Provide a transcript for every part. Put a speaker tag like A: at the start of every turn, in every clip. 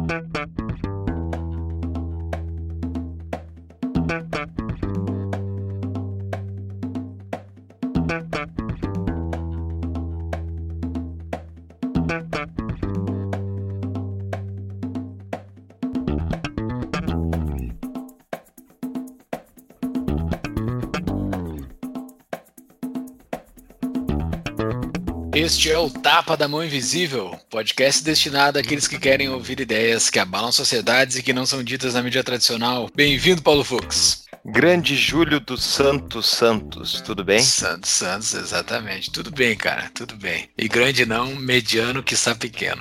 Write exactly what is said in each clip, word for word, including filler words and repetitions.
A: Este é o Tapa da Mão Invisível, podcast destinado àqueles que querem ouvir ideias que abalam sociedades e que não são ditas na mídia tradicional. Bem-vindo, Paulo Fux.
B: Grande Júlio dos Santos Santos, tudo bem?
A: Santos Santos, exatamente. Tudo bem, cara, tudo bem. E grande não, mediano, quiçá pequeno.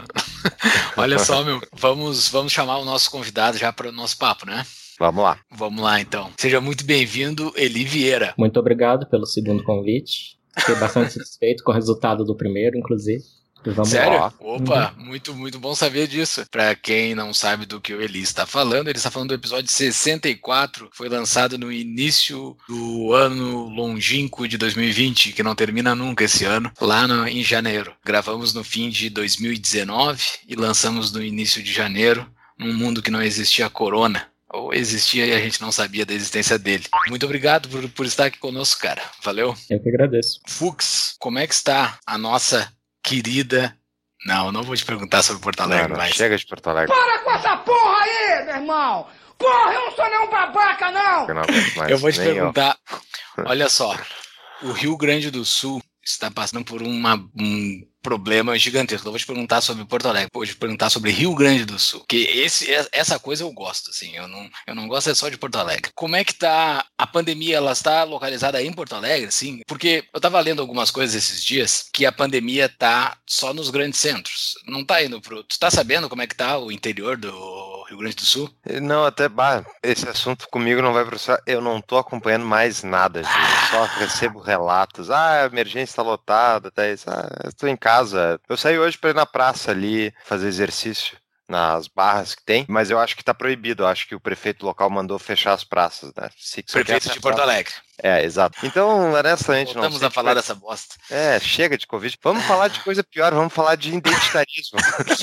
A: Olha só, meu, vamos, vamos chamar o nosso convidado já para o nosso papo, né?
B: Vamos lá.
A: Vamos lá, então. Seja muito bem-vindo, Eli Vieira.
C: Muito obrigado pelo segundo convite. Fiquei bastante satisfeito com o resultado do primeiro, inclusive. Vamos
A: Sério?
C: lá.
A: Opa,
C: Uhum.
A: muito, muito bom saber disso. Pra quem não sabe do que o Eli está falando, ele está falando do episódio sessenta e quatro, foi lançado no início do ano longínquo de dois mil e vinte, que não termina nunca esse ano, lá no, em janeiro. Gravamos no fim de dois mil e dezenove e lançamos no início de janeiro, num mundo que não existia corona. Ou existia e a gente não sabia da existência dele. Muito obrigado por, por estar aqui conosco, cara. Valeu.
C: Eu que agradeço.
A: Fux, como é que está a nossa querida... Não, não vou te perguntar sobre Porto Alegre,
B: Não, não,
A: mas...
B: chega de Porto Alegre.
D: Para com essa porra aí, meu irmão! Porra, eu não sou nenhum babaca, não!
B: Eu, não aguento mais,
A: eu vou te
B: nem
A: perguntar... Eu. Olha só, o Rio Grande do Sul está passando por uma, um problema gigantesco. Eu vou te perguntar sobre Porto Alegre, vou te perguntar sobre Rio Grande do Sul, que esse, essa coisa eu gosto, assim, eu não, eu não gosto é só de Porto Alegre. Como é que tá a pandemia? Ela está localizada aí em Porto Alegre, assim? Porque eu tava lendo algumas coisas esses dias que a pandemia tá só nos grandes centros, não tá indo pro... Tu tá sabendo como é que tá o interior do Rio Grande do Sul?
B: Não, até, bah, esse assunto comigo não vai processar, eu não tô acompanhando mais nada, gente. Eu só recebo relatos, ah, a emergência tá lotada, tá isso, ah, eu tô em casa. Eu saí hoje pra ir na praça ali, fazer exercício nas barras que tem, mas eu acho que tá proibido, eu acho que o prefeito local mandou fechar as praças, né? Se, se
A: Prefeito de Porto Alegre.
B: É, exato. Então, honestamente, não
A: Voltamos a falar dessa bosta.
B: É, chega de Covid. Vamos falar de coisa pior, vamos falar de identitarismo.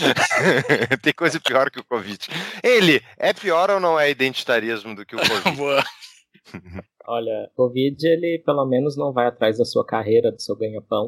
B: Tem coisa pior que o Covid. Ele, é pior ou não é identitarismo do que o Covid?
A: Boa.
C: Olha, o Covid, ele pelo menos não vai atrás da sua carreira, do seu ganha-pão.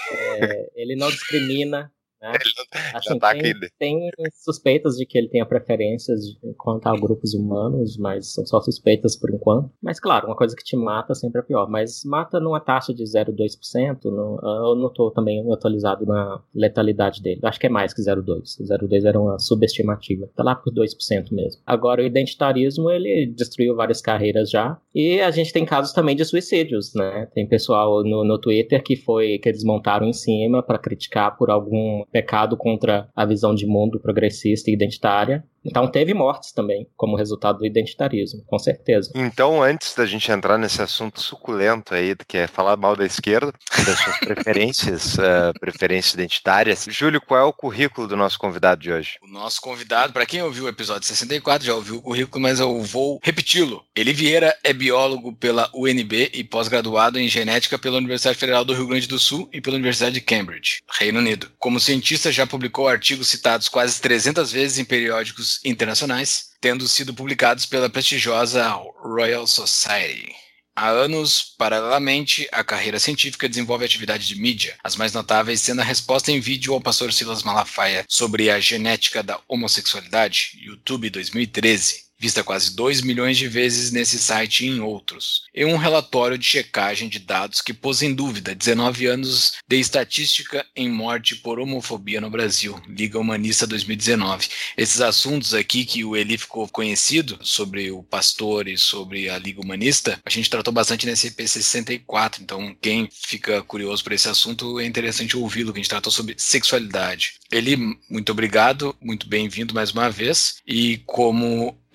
C: É, ele não discrimina, né?
B: Ele não,
C: assim,
B: tá
C: tem, tem suspeitas de que ele tenha preferências quanto a grupos humanos, mas são só suspeitas por enquanto. Mas claro, uma coisa que te mata sempre é pior. Mas mata numa taxa de zero vírgula dois por cento. Não, eu não estou também atualizado na letalidade dele. Acho que é mais que zero vírgula dois por cento. zero vírgula dois por cento era uma subestimativa. Tá lá por dois por cento mesmo. Agora, o identitarismo, ele destruiu várias carreiras já. E a gente tem casos também de suicídios, né? Tem pessoal no, no Twitter que foi que eles montaram em cima para criticar por algum pecado contra a visão de mundo progressista e identitária. Então teve mortes também, como resultado do identitarismo, com certeza.
B: Então, antes da gente entrar nesse assunto suculento aí, que é falar mal da esquerda, das suas preferências, uh, preferências identitárias, Júlio, qual é o currículo do nosso convidado de hoje?
A: O nosso convidado, para quem ouviu o episódio sessenta e quatro, já ouviu o currículo, mas eu vou repeti-lo. Eli Vieira é biólogo pela U N B e pós-graduado em genética pela Universidade Federal do Rio Grande do Sul e pela Universidade de Cambridge, Reino Unido. Como cientista, já publicou artigos citados quase trezentas vezes em periódicos internacionais, tendo sido publicados pela prestigiosa Royal Society. Há anos, paralelamente, a carreira científica desenvolve atividade de mídia, as mais notáveis sendo a resposta em vídeo ao pastor Silas Malafaia sobre a genética da homossexualidade, YouTube dois mil e treze. Vista quase dois milhões de vezes nesse site e em outros, e um relatório de checagem de dados que pôs em dúvida dezenove anos de estatística em morte por homofobia no Brasil, Liga Humanista dois mil e dezenove. Esses assuntos aqui que o Eli ficou conhecido, sobre o pastor e sobre a Liga Humanista, a gente tratou bastante nesse E P sessenta e quatro, então quem fica curioso por esse assunto é interessante ouvi-lo, que a gente tratou sobre sexualidade. Eli, muito obrigado, muito bem-vindo mais uma vez, e como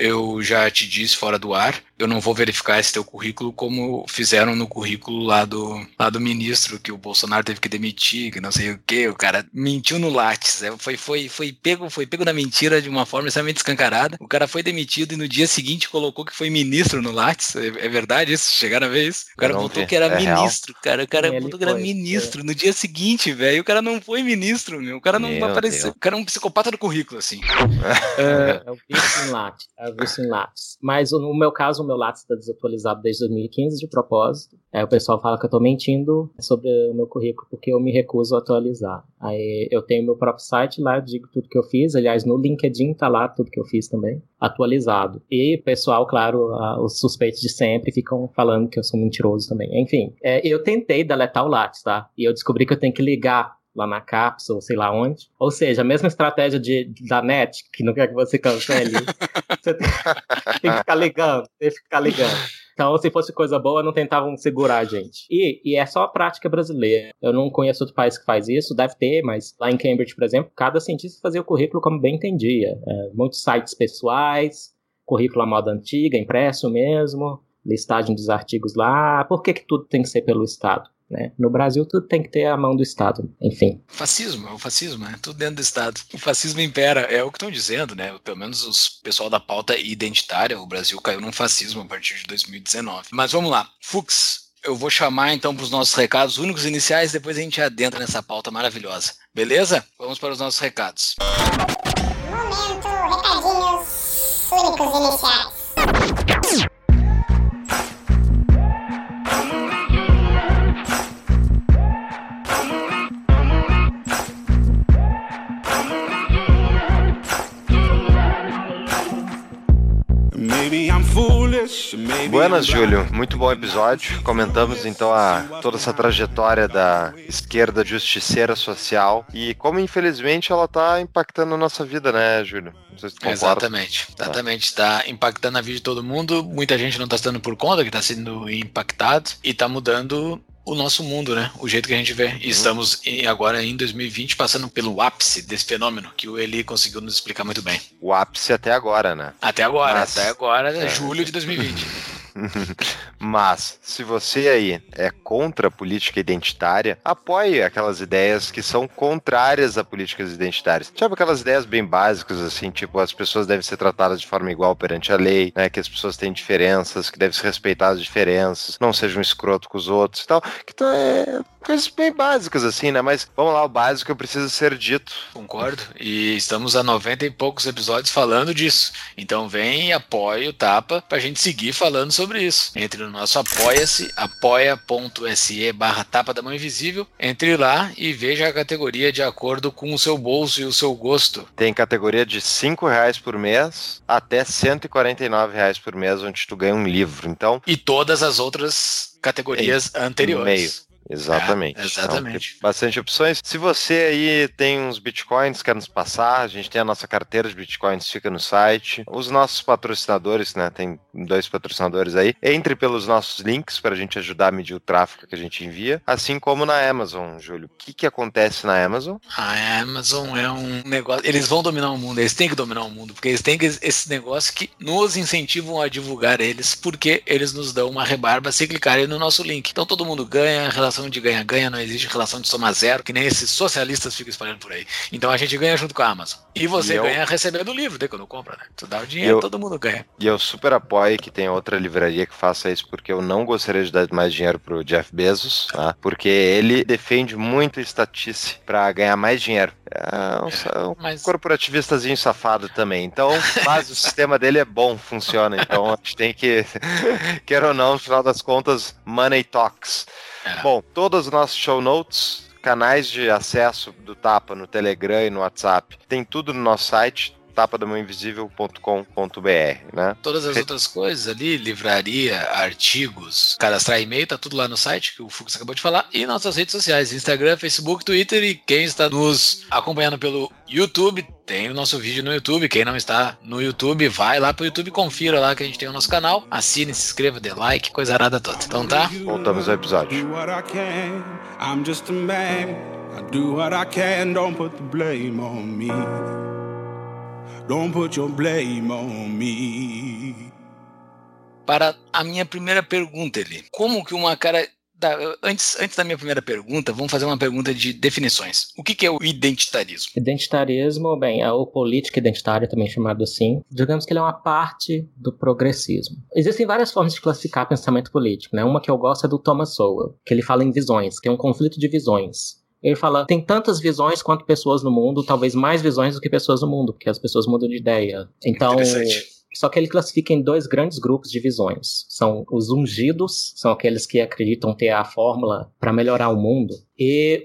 A: eu já te disse fora do ar, eu não vou verificar esse teu currículo como fizeram no currículo lá do, lá do ministro, que o Bolsonaro teve que demitir, que não sei o que, o cara mentiu no Lattes, é, foi, foi, foi, pego, foi pego na mentira de uma forma extremamente escancarada, o cara foi demitido e no dia seguinte colocou que foi ministro no Lattes, é, é verdade isso? Chegaram a ver isso? O cara botou que era é ministro, real. cara, o cara botou que era foi, ministro, é. no dia seguinte, velho, o cara não foi ministro, meu, o cara não meu apareceu, Deus. O cara é um psicopata do currículo, assim.
C: é, é o visto em Lattes, é o visto em Lattes, mas no meu caso, o meu Lattes está desatualizado desde dois mil e quinze, de propósito. Aí o pessoal fala que eu tô mentindo sobre o meu currículo porque eu me recuso a atualizar. Aí eu tenho meu próprio site lá, eu digo tudo que eu fiz. Aliás, no LinkedIn tá lá tudo que eu fiz também, atualizado. E o pessoal, claro, os suspeitos de sempre ficam falando que eu sou mentiroso também. Enfim, é, eu tentei deletar o Lattes, tá? E eu descobri que eu tenho que ligar lá na cápsula, sei lá onde. Ou seja, a mesma estratégia de, da net, que não quer que você cancele. Você tem, tem que ficar ligando, tem que ficar ligando. Então, se fosse coisa boa, não tentavam segurar a gente. E, e é só a prática brasileira. Eu não conheço outro país que faz isso, deve ter, mas lá em Cambridge, por exemplo, cada cientista fazia o currículo como bem entendia. É, muitos sites pessoais, currículo à moda antiga, impresso mesmo, listagem dos artigos lá. Por que que tudo tem que ser pelo Estado? Né? No Brasil, tudo tem que ter a mão do Estado, enfim.
A: Fascismo, é o fascismo, é tudo dentro do Estado. O fascismo impera, é o que estão dizendo, né? Pelo menos os pessoal da pauta identitária, o Brasil caiu num fascismo a partir de dois mil e dezenove. Mas vamos lá, Fux, eu vou chamar então para os nossos recados únicos iniciais, depois a gente adentra nessa pauta maravilhosa. Beleza? Vamos para os nossos recados.
E: Momento, recadinhos únicos iniciais.
B: Buenas, Júlio. Muito bom episódio. Comentamos então a, toda essa trajetória da esquerda justiceira social e como infelizmente ela está impactando a nossa vida, né, Júlio? Não sei se tu concorda.
A: Exatamente. Exatamente. Está impactando a vida de todo mundo. Muita gente não está se dando por conta que está sendo impactado e está mudando o nosso mundo, né? O jeito que a gente vê. E estamos em, agora em dois mil e vinte passando pelo ápice desse fenômeno que o Eli conseguiu nos explicar muito bem.
B: O ápice até agora, né?
A: Até agora, Mas... até agora, é julho de dois mil e vinte.
B: Mas, se você aí é contra a política identitária, apoie aquelas ideias que são contrárias a políticas identitárias. Sabe aquelas ideias bem básicas, assim, tipo, as pessoas devem ser tratadas de forma igual perante a lei, né, que as pessoas têm diferenças, que devem se respeitar as diferenças, não sejam escroto com os outros e tal, que então é coisas bem básicas, assim, né, mas vamos lá, o básico precisa ser dito.
A: Concordo, e estamos há noventa e poucos episódios falando disso, então vem e apoie o Tapa pra gente seguir falando sobre sobre isso. Entre no nosso Apoia-se, apoia.se barra Tapa da Mão Invisível. Entre lá e veja a categoria de acordo com o seu bolso e o seu gosto.
B: Tem categoria de cinco reais por mês até cento e quarenta e nove reais por mês, onde tu ganha um livro. Então,
A: e todas as outras categorias anteriores.
B: Meio. Exatamente.
A: É, exatamente.
B: Então, bastante opções. Se você aí tem uns bitcoins, quer nos passar, a gente tem a nossa carteira de bitcoins, fica no site. Os nossos patrocinadores, né, tem dois patrocinadores aí. Entre pelos nossos links para a gente ajudar a medir o tráfego que a gente envia, assim como na Amazon, Júlio. O que que acontece na Amazon?
A: A Amazon é um negócio, eles vão dominar o mundo, eles têm que dominar o mundo, porque eles têm esse negócio que nos incentivam a divulgar eles, porque eles nos dão uma rebarba se clicarem no nosso link. Então todo mundo ganha, a relação de ganha-ganha, não existe relação de soma zero, que nem esses socialistas ficam espalhando por aí. Então a gente ganha junto com a Amazon. E você e eu... ganha recebendo o livro, daí quando compra, né? Tu dá o dinheiro, eu... todo mundo ganha.
B: E eu super apoio que tem outra livraria que faça isso, porque eu não gostaria de dar mais dinheiro pro Jeff Bezos, tá? Porque ele defende muito estatice pra ganhar mais dinheiro. É um, um mas... corporativistazinho safado também. Então, mas o sistema dele é bom, funciona. Então a gente tem que, quer ou não, no final das contas, money talks. É. Bom, todos os nossos show notes, canais de acesso do Tapa no Telegram e no WhatsApp, tem tudo no nosso site, tapa da mão invisível ponto com ponto b r, né?
A: Todas as Re... outras coisas ali, livraria, artigos, cadastrar e-mail, tá tudo lá no site, que o Fux acabou de falar, e nossas redes sociais, Instagram, Facebook, Twitter, e quem está nos acompanhando pelo YouTube, tem o nosso vídeo no YouTube. Quem não está no YouTube, vai lá pro YouTube, confira lá que a gente tem o nosso canal, assine, se inscreva, dê like, coisa arada toda. Então tá?
B: Voltamos ao episódio.
F: I'm just a man. I do what I can, don't put the blame on me. Don't put your blame on me.
A: Para a minha primeira pergunta, Eli, como que uma cara... Da, antes, antes da minha primeira pergunta, vamos fazer uma pergunta de definições. O que, que é o identitarismo?
C: Identitarismo, bem, é o política identitária, também chamado assim. Digamos que ele é uma parte do progressismo. Existem várias formas de classificar pensamento político, né? Uma que eu gosto é do Thomas Sowell, que ele fala em visões, que é um conflito de visões. Ele fala, tem tantas visões quanto pessoas no mundo, talvez mais visões do que pessoas no mundo, porque as pessoas mudam de ideia. Então... Só que ele classifica em dois grandes grupos de visões. São os ungidos, são aqueles que acreditam ter a fórmula para melhorar o mundo. E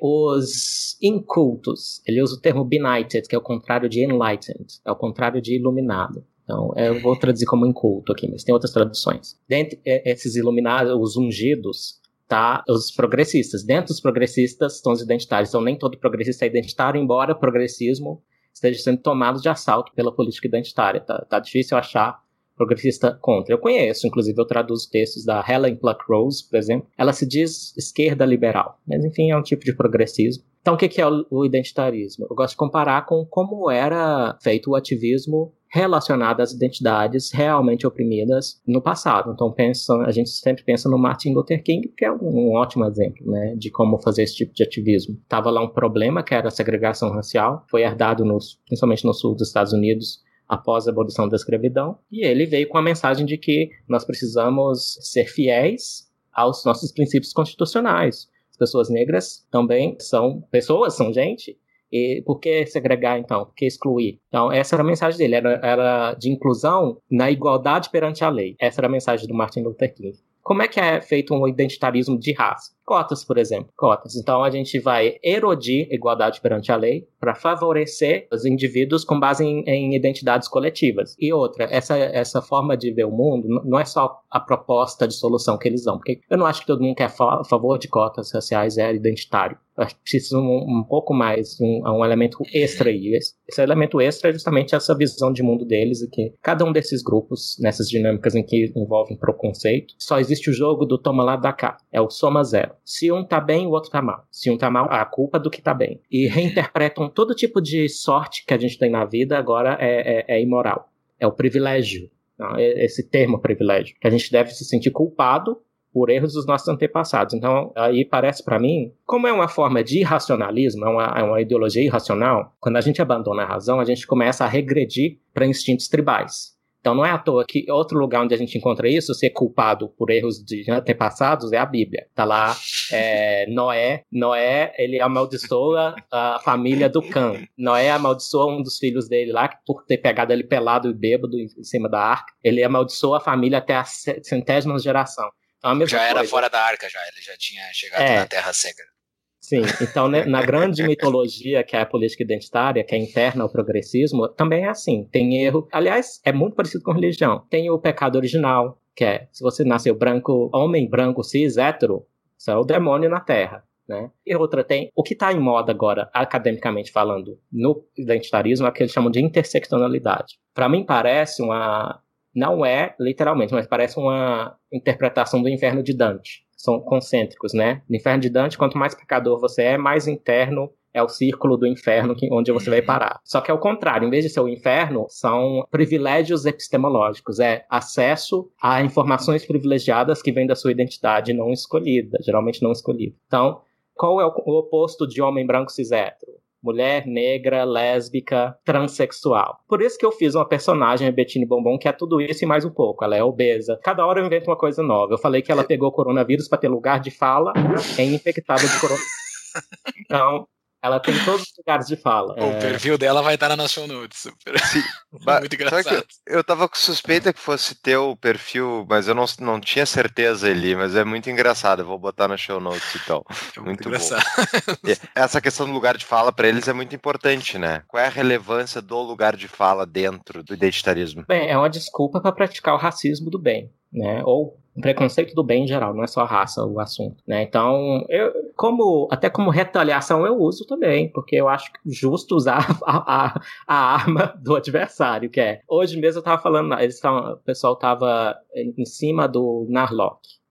C: os incultos. Ele usa o termo benighted, que é o contrário de enlightened. É o contrário de iluminado. Então, eu vou traduzir como inculto aqui, mas tem outras traduções. Dentre esses iluminados, os ungidos, tá os progressistas. Dentro dos progressistas estão os identitários. Então, nem todo progressista é identitário, embora o progressismo esteja sendo tomado de assalto pela política identitária. Tá, tá difícil achar progressista contra. Eu conheço, inclusive eu traduzo textos da Helen Pluckrose, por exemplo. Ela se diz esquerda liberal, mas enfim, é um tipo de progressismo. Então o que é o identitarismo? Eu gosto de comparar com como era feito o ativismo relacionado às identidades realmente oprimidas no passado. Então pensa, a gente sempre pensa no Martin Luther King, que é um, um ótimo exemplo, né, de como fazer esse tipo de ativismo. Tava lá um problema que era a segregação racial, foi herdado nos, principalmente no sul dos Estados Unidos após a abolição da escravidão, e ele veio com a mensagem de que nós precisamos ser fiéis aos nossos princípios constitucionais. As pessoas negras também são pessoas, são gente. E por que segregar, então? Por que excluir? Então, essa era a mensagem dele, era, era de inclusão na igualdade perante a lei. Essa era a mensagem do Martin Luther King. Como é que é feito um identitarismo de raça? Cotas, por exemplo. Cotas. Então, a gente vai erodir igualdade perante a lei para favorecer os indivíduos com base em, em identidades coletivas. E outra, essa, essa forma de ver o mundo não é só a proposta de solução que eles dão. Porque eu não acho que todo mundo que é a favor de cotas raciais é identitário. Eu acho que precisa um, um pouco mais, um, um elemento extra aí. Esse, esse elemento extra é justamente essa visão de mundo deles, e que cada um desses grupos, nessas dinâmicas em que envolvem preconceito, só existe o jogo do toma lá, dá cá. É o soma zero. Se um tá bem, o outro tá mal. Se um tá mal, a culpa é do que tá bem. E reinterpretam todo tipo de sorte que a gente tem na vida, agora é, é, é imoral. É o privilégio. Não, esse termo privilégio. Que a gente deve se sentir culpado por erros dos nossos antepassados. Então, aí parece para mim, como é uma forma de irracionalismo, é uma, é uma ideologia irracional, quando a gente abandona a razão, a gente começa a regredir para instintos tribais. Então não é à toa que outro lugar onde a gente encontra isso, ser culpado por erros de antepassados, é a Bíblia. Tá lá, é, Noé, Noé, ele amaldiçoa a família do Cã. Noé amaldiçoa um dos filhos dele lá, por ter pegado ele pelado e bêbado em cima da arca. Ele amaldiçoa a família até a centésima geração. Então,
A: já era
C: coisa.
A: Fora da arca, já. Ele já tinha chegado
C: é.
A: na Terra Seca.
C: Sim, então né, na grande mitologia que é a política identitária, que é interna ao progressismo, também é assim, tem erro. Aliás, é muito parecido com religião. Tem o pecado original, que é, se você nasceu branco, homem branco, cis, hétero, isso é o demônio na Terra, né? E outra tem, o que está em moda agora, academicamente falando, no identitarismo, é o que eles chamam de interseccionalidade. Para mim parece uma, não é literalmente, mas parece uma interpretação do Inferno de Dante. São concêntricos, né? No Inferno de Dante, quanto mais pecador você é, mais interno é o círculo do inferno que, onde você vai parar. Só que é o contrário, em vez de ser o inferno, são privilégios epistemológicos, é acesso a informações privilegiadas que vêm da sua identidade não escolhida, geralmente não escolhida. Então, qual é o, o oposto de homem branco cis hétero? Mulher, negra, lésbica, transexual. Por isso que eu fiz uma personagem, a Bettine Bombom, que é tudo isso e mais um pouco. Ela é obesa. Cada hora eu invento uma coisa nova. Eu falei que ela pegou coronavírus para ter lugar de fala em infectada de coronavírus. Então, ela tem todos os lugares de fala.
A: O é... perfil dela vai estar na nossa show notes. Sim.
B: Muito engraçado. Eu, eu tava com suspeita que fosse teu perfil, mas eu não, não tinha certeza ali, mas é muito engraçado. Eu vou botar na show notes então.
A: É muito,
B: muito
A: engraçado.
B: Bom. Essa questão do lugar de fala para eles é muito importante, né? Qual é a relevância do lugar de fala dentro do identitarismo?
C: Bem, é uma desculpa para praticar o racismo do bem, né? Ou o preconceito do bem em geral, não é só a raça o assunto, né? Então, eu, como, até como retaliação eu uso também, porque eu acho justo usar a, a, a arma do adversário, que é, hoje mesmo eu tava falando, eles tavam, o pessoal tava em cima do Narlock.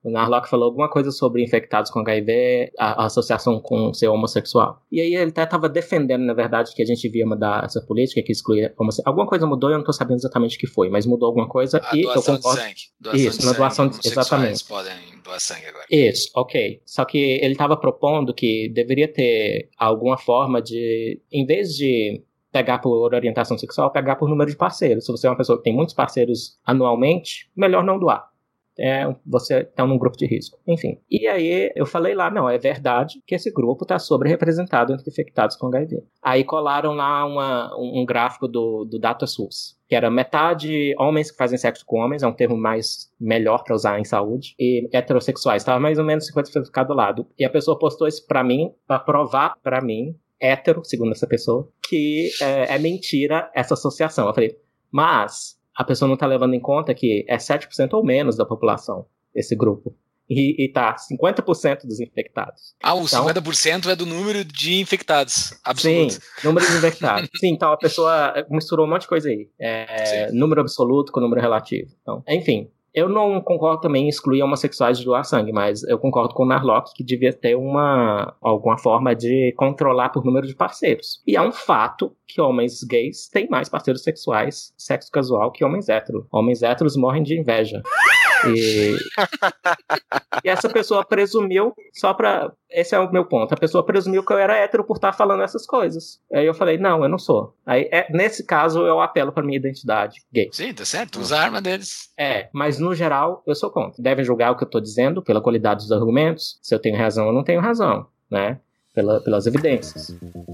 C: O Narlock falou alguma coisa sobre infectados com H I V, a, a associação com ser homossexual. E aí ele até estava defendendo, na verdade, que a gente devia mudar essa política, que excluía homossexual. Alguma coisa mudou, eu não estou sabendo exatamente o que foi, mas mudou alguma coisa.
A: A
C: e
A: doação
C: eu concordo.
A: de sangue. Doação
C: Isso,
A: de
C: na
A: sangue,
C: doação de exatamente.
A: podem doar sangue agora.
C: Isso, ok. Só que ele estava propondo que deveria ter alguma forma de, em vez de pegar por orientação sexual, pegar por número de parceiros. Se você é uma pessoa que tem muitos parceiros anualmente, melhor não doar. É, você está num grupo de risco. Enfim. E aí eu falei lá, não, é verdade que esse grupo está sobre-representado entre infectados com H I V. Aí colaram lá uma, um gráfico do, do DataSUS, que era metade homens que fazem sexo com homens, é um termo mais melhor para usar em saúde, e heterossexuais, estava mais ou menos cinquenta por cento de cada lado. E a pessoa postou isso para mim, para provar para mim, hétero, segundo essa pessoa, que é, é mentira essa associação. Eu falei, mas a pessoa não está levando em conta que é sete por cento ou menos da população, esse grupo. E, e tá cinquenta por cento dos infectados.
A: Ah, o
C: então,
A: cinquenta por cento é do número de infectados. Absoluto.
C: Sim, número de infectados. Sim, então a pessoa misturou um monte de coisa aí. É, número absoluto com número relativo. Então, enfim. Eu não concordo também em excluir homossexuais de doar sangue, mas eu concordo com o Narlock que devia ter uma, alguma forma de controlar por número de parceiros. E é um fato que homens gays têm mais parceiros sexuais, sexo casual, que homens héteros. Homens héteros morrem de inveja. E, e essa pessoa presumiu, só pra... Esse é o meu ponto. A pessoa presumiu que eu era hétero por estar falando essas coisas. Aí eu falei, não, eu não sou. Aí, é, nesse caso, eu apelo pra minha identidade gay.
A: Sim, tá certo. Usa a arma deles.
C: É, mas no geral, eu sou contra. Devem julgar o que eu tô dizendo pela qualidade dos argumentos. Se eu tenho razão ou não tenho razão, né? Pela, pelas evidências.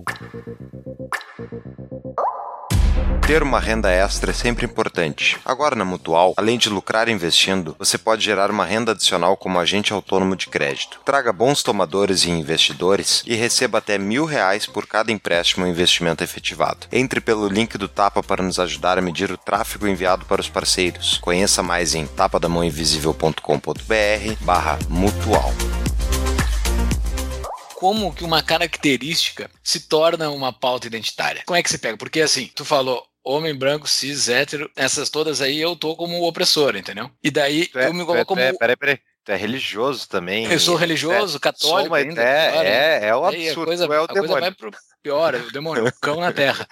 B: Ter uma renda extra é sempre importante. Agora na Mutual, além de lucrar investindo, você pode gerar uma renda adicional como agente autônomo de crédito. Traga bons tomadores e investidores e receba até mil reais por cada empréstimo ou investimento efetivado. Entre pelo link do Tapa para nos ajudar a medir o tráfego enviado para os parceiros. Conheça mais em tapadamãoinvisível.com.br barra mutual.
A: Como que uma característica se torna uma pauta identitária? Como é que você pega? Porque assim, tu falou homem, branco, cis, hétero, essas todas aí eu tô como opressor, entendeu? E daí
B: é,
A: eu me coloco como...
B: É, peraí, peraí. Tu é religioso também.
A: Eu sou religioso, é, católico ainda.
B: É,
A: pior,
B: é, é o
A: aí
B: absurdo,
A: a coisa,
B: é o
A: a coisa vai pro pior, é o demônio, o cão na terra.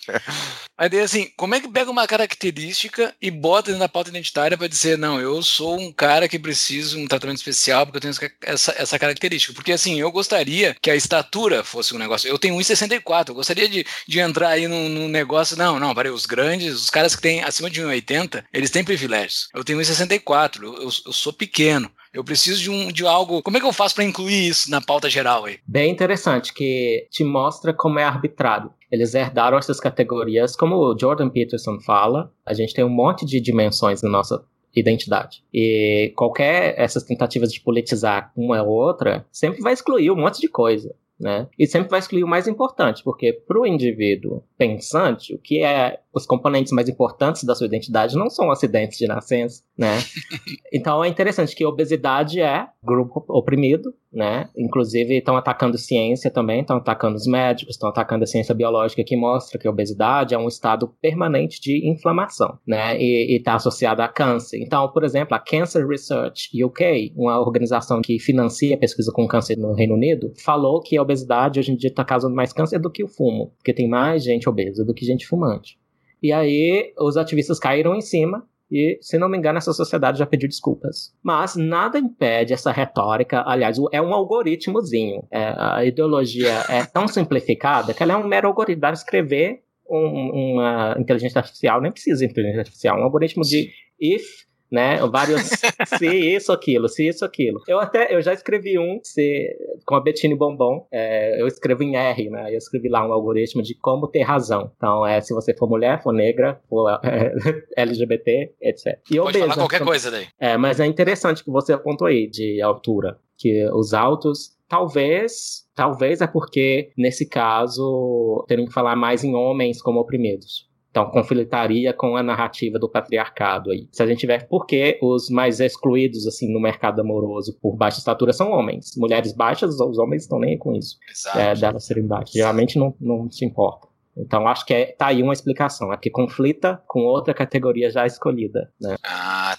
A: Aí daí assim, como é que pega uma característica e bota dentro da pauta identitária para dizer, não, eu sou um cara que preciso de um tratamento especial porque eu tenho essa, essa característica. Porque assim, eu gostaria que a estatura fosse um negócio. Eu tenho um metro e sessenta e quatro, eu gostaria de, de entrar aí num, num negócio, não, não, peraí, os grandes, os caras que têm acima de um metro e oitenta, eles têm privilégios. Eu tenho um metro e sessenta e quatro, eu, eu, eu sou pequeno. Eu preciso de, um, de algo... Como é que eu faço para incluir isso na pauta geral aí?
C: Bem interessante, que te mostra como é arbitrário. Eles herdaram essas categorias, como o Jordan Peterson fala, a gente tem um monte de dimensões na nossa identidade. E qualquer essas tentativas de politizar uma ou outra, sempre vai excluir um monte de coisa, né? E sempre vai excluir o mais importante, porque para o indivíduo pensante, o que é os componentes mais importantes da sua identidade não são acidentes de nascença, né? Então é interessante que a obesidade é grupo oprimido, né? Inclusive estão atacando ciência também, estão atacando os médicos, estão atacando a ciência biológica que mostra que a obesidade é um estado permanente de inflamação, né? E está associada a câncer. Então, por exemplo, a Cancer Research U K, uma organização que financia a pesquisa com câncer no Reino Unido, falou que a obesidade hoje em dia está causando mais câncer do que o fumo, porque tem mais gente obesa do que gente fumante. E aí os ativistas caíram em cima e, se não me engano, essa sociedade já pediu desculpas. Mas nada impede essa retórica, aliás, é um algoritmozinho. É, a ideologia é tão simplificada que ela é um mero algoritmo. Dá escrever um, uma inteligência artificial, nem precisa de inteligência artificial, um algoritmo de if, né, vários se isso, aquilo, se isso, aquilo. Eu até, eu já escrevi um se, com a Bettine Bombom, é, eu escrevo em R, né, eu escrevi lá um algoritmo de como ter razão. Então, é, se você for mulher, for negra, for é, L G B T, etcétera. E
A: pode
C: obesa,
A: falar qualquer
C: então,
A: coisa daí.
C: É, mas é interessante que você apontou aí, de altura, que os altos, talvez, talvez é porque, nesse caso, teriam que falar mais em homens como oprimidos. Então, conflitaria com a narrativa do patriarcado aí. Se a gente tiver, porque os mais excluídos, assim, no mercado amoroso por baixa estatura são homens. Mulheres baixas, os homens estão nem aí com isso.
A: Exato.
C: É, delas serem baixas. Geralmente não, não se importa. Então, acho que é, tá aí uma explicação. É que conflita com outra categoria já escolhida, né?
A: Ah, tá.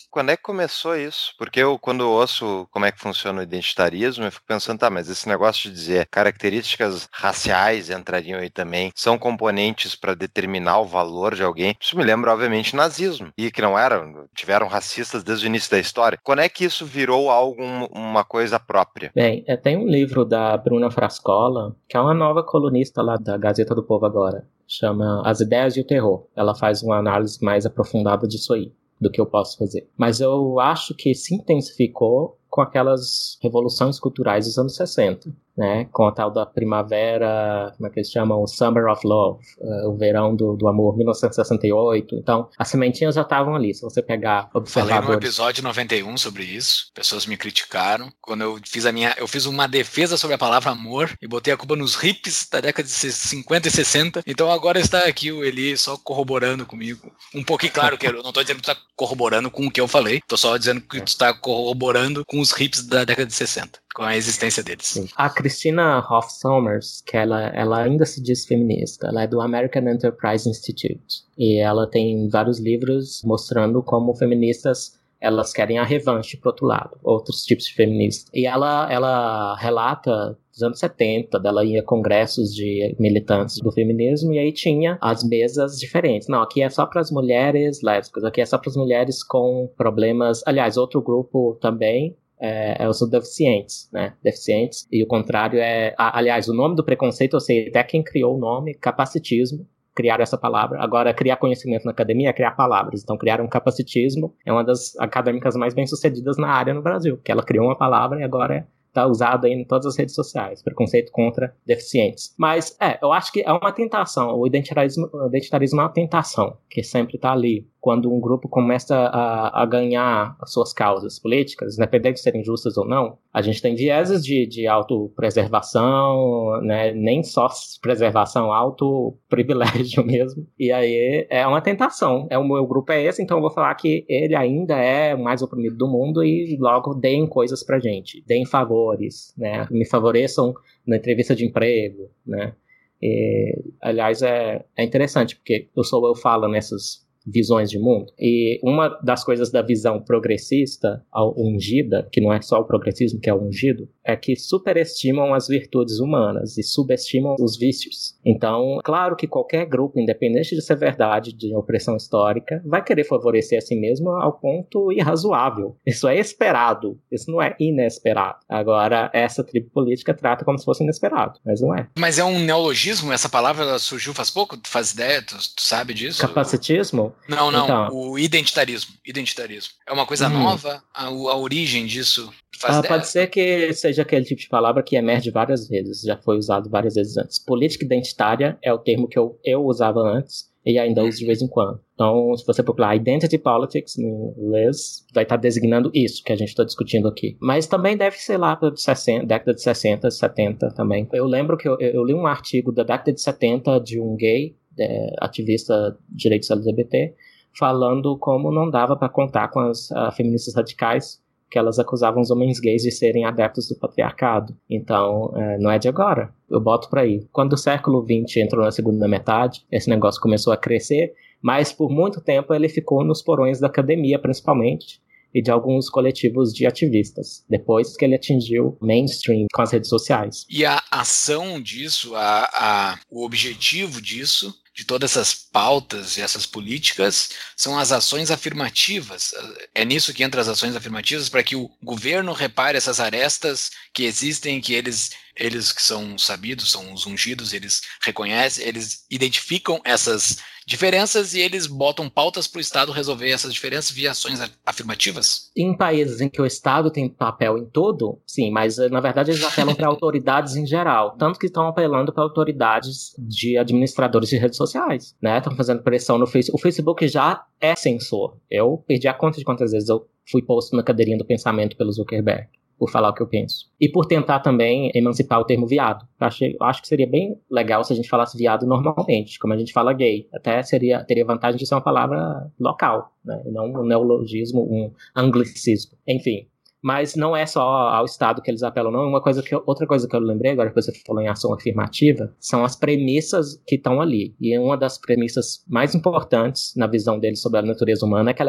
B: Quando é que começou isso? Porque eu, quando eu ouço como é que funciona o identitarismo, eu fico pensando, tá, mas esse negócio de dizer características raciais entrariam aí também, são componentes para determinar o valor de alguém. Isso me lembra, obviamente, nazismo. E que não eram, tiveram racistas desde o início da história. Quando é que isso virou algo, uma coisa própria?
C: Bem, tem um livro da Bruna Frascola, que é uma nova colunista lá da Gazeta do Povo agora, chama As Ideias e o Terror. Ela faz uma análise mais aprofundada disso aí, do que eu posso fazer. Mas eu acho que se intensificou com aquelas revoluções culturais dos anos sessenta, né? Com a tal da primavera, como é que eles chamam? O Summer of Love, uh, o verão do, do amor, mil novecentos e sessenta e oito. Então, as sementinhas já estavam ali. Se você pegar observadores...
A: Falei no episódio noventa e um sobre isso, pessoas me criticaram. Quando eu fiz a minha... Eu fiz uma defesa sobre a palavra amor e botei a culpa nos hippies da década de cinquenta e sessenta. Então agora está aqui o Eli só corroborando comigo. Um pouquinho, claro que eu não estou dizendo que tu está corroborando com o que eu falei, estou só dizendo que tu está corroborando com os hippies da década de sessenta, com a existência deles.
C: Sim. A Christina Hoff Sommers, que ela, ela ainda se diz feminista, ela é do American Enterprise Institute, e ela tem vários livros mostrando como feministas elas querem a revanche pro outro lado, outros tipos de feministas. E ela, ela relata dos anos setenta, dela ia a congressos de militantes do feminismo, e aí tinha as mesas diferentes. Não, aqui é só para as mulheres lésbicas, aqui é só para as mulheres com problemas... Aliás, outro grupo também é, é os deficientes, né? Deficientes, e o contrário é... Aliás, o nome do preconceito, eu sei até quem criou o nome, capacitismo, criaram essa palavra. Agora, criar conhecimento na academia é criar palavras. Então, criaram capacitismo, é uma das acadêmicas mais bem-sucedidas na área no Brasil, porque ela criou uma palavra e agora é está usado aí em todas as redes sociais, preconceito contra deficientes. Mas, é, eu acho que é uma tentação, o identitarismo, o identitarismo é uma tentação, que sempre está ali. Quando um grupo começa a, a ganhar as suas causas políticas, independente de serem justas ou não, a gente tem vieses de, de autopreservação, né, nem só preservação, autoprivilégio mesmo, e aí é uma tentação. É, o meu grupo é esse, então eu vou falar que ele ainda é o mais oprimido do mundo e logo deem coisas pra gente, deem favores, né, me favoreçam na entrevista de emprego, né. E, aliás, é, é interessante, porque eu sou eu falo nessas visões de mundo, e uma das coisas da visão progressista, ungida, que não é só o progressismo que é ungido, é que superestimam as virtudes humanas e subestimam os vícios. Então, claro que qualquer grupo, independente de ser verdade, de opressão histórica, vai querer favorecer a si mesmo ao ponto irrazoável. Isso é esperado, isso não é inesperado. Agora, essa tribo política trata como se fosse inesperado, mas não é.
A: Mas é um neologismo? Essa palavra surgiu faz pouco? Tu faz ideia? Tu, tu sabe disso?
C: Capacitismo?
A: Não, não,
C: então,
A: o identitarismo. Identitarismo. É uma coisa hum. nova? A, a origem disso faz
C: ah,
A: ideia?
C: Pode ser que seja aquele tipo de palavra que emerge várias vezes, já foi usado várias vezes antes. Política identitária é o termo que eu, eu usava antes e ainda uso de vez em quando. Então, se você procurar Identity Politics em inglês, vai estar designando isso que a gente está discutindo aqui. Mas também deve ser lá da década de sessenta, setenta também. Eu lembro que eu, eu li um artigo da década de setenta de um gay, É, ativista de direitos L G B T, falando como não dava para contar com as uh, feministas radicais, que elas acusavam os homens gays de serem adeptos do patriarcado. Então, uh, não é de agora. Eu boto para aí. Quando o século vinte entrou na segunda metade, esse negócio começou a crescer, mas por muito tempo ele ficou nos porões da academia, principalmente, e de alguns coletivos de ativistas, depois que ele atingiu mainstream com as redes sociais.
A: E a ação disso, a, a, o objetivo disso, de todas essas pautas e essas políticas, são as ações afirmativas. É nisso que entram as ações afirmativas, para que o governo repare essas arestas que existem, que eles, eles que são sabidos, são os ungidos, eles reconhecem, eles identificam essas diferenças e eles botam pautas para o Estado resolver essas diferenças via ações afirmativas?
C: Em países em que o Estado tem papel em tudo, sim, mas na verdade eles apelam para autoridades em geral, tanto que estão apelando para autoridades de administradores de redes sociais, né? Estão fazendo pressão no Facebook. O Facebook já é censor. Eu perdi a conta de quantas vezes eu fui posto na cadeirinha do pensamento pelo Zuckerberg, por falar o que eu penso. E por tentar também emancipar o termo viado. Eu acho, eu acho que seria bem legal se a gente falasse viado normalmente, como a gente fala gay. Até seria, teria vantagem de ser uma palavra local, né? E não um neologismo, um anglicismo. Enfim. Mas não é só ao Estado que eles apelam, não. Uma coisa que eu, outra coisa que eu lembrei, agora que você falou em ação afirmativa, são as premissas que estão ali. E uma das premissas mais importantes na visão deles sobre a natureza humana é que ela é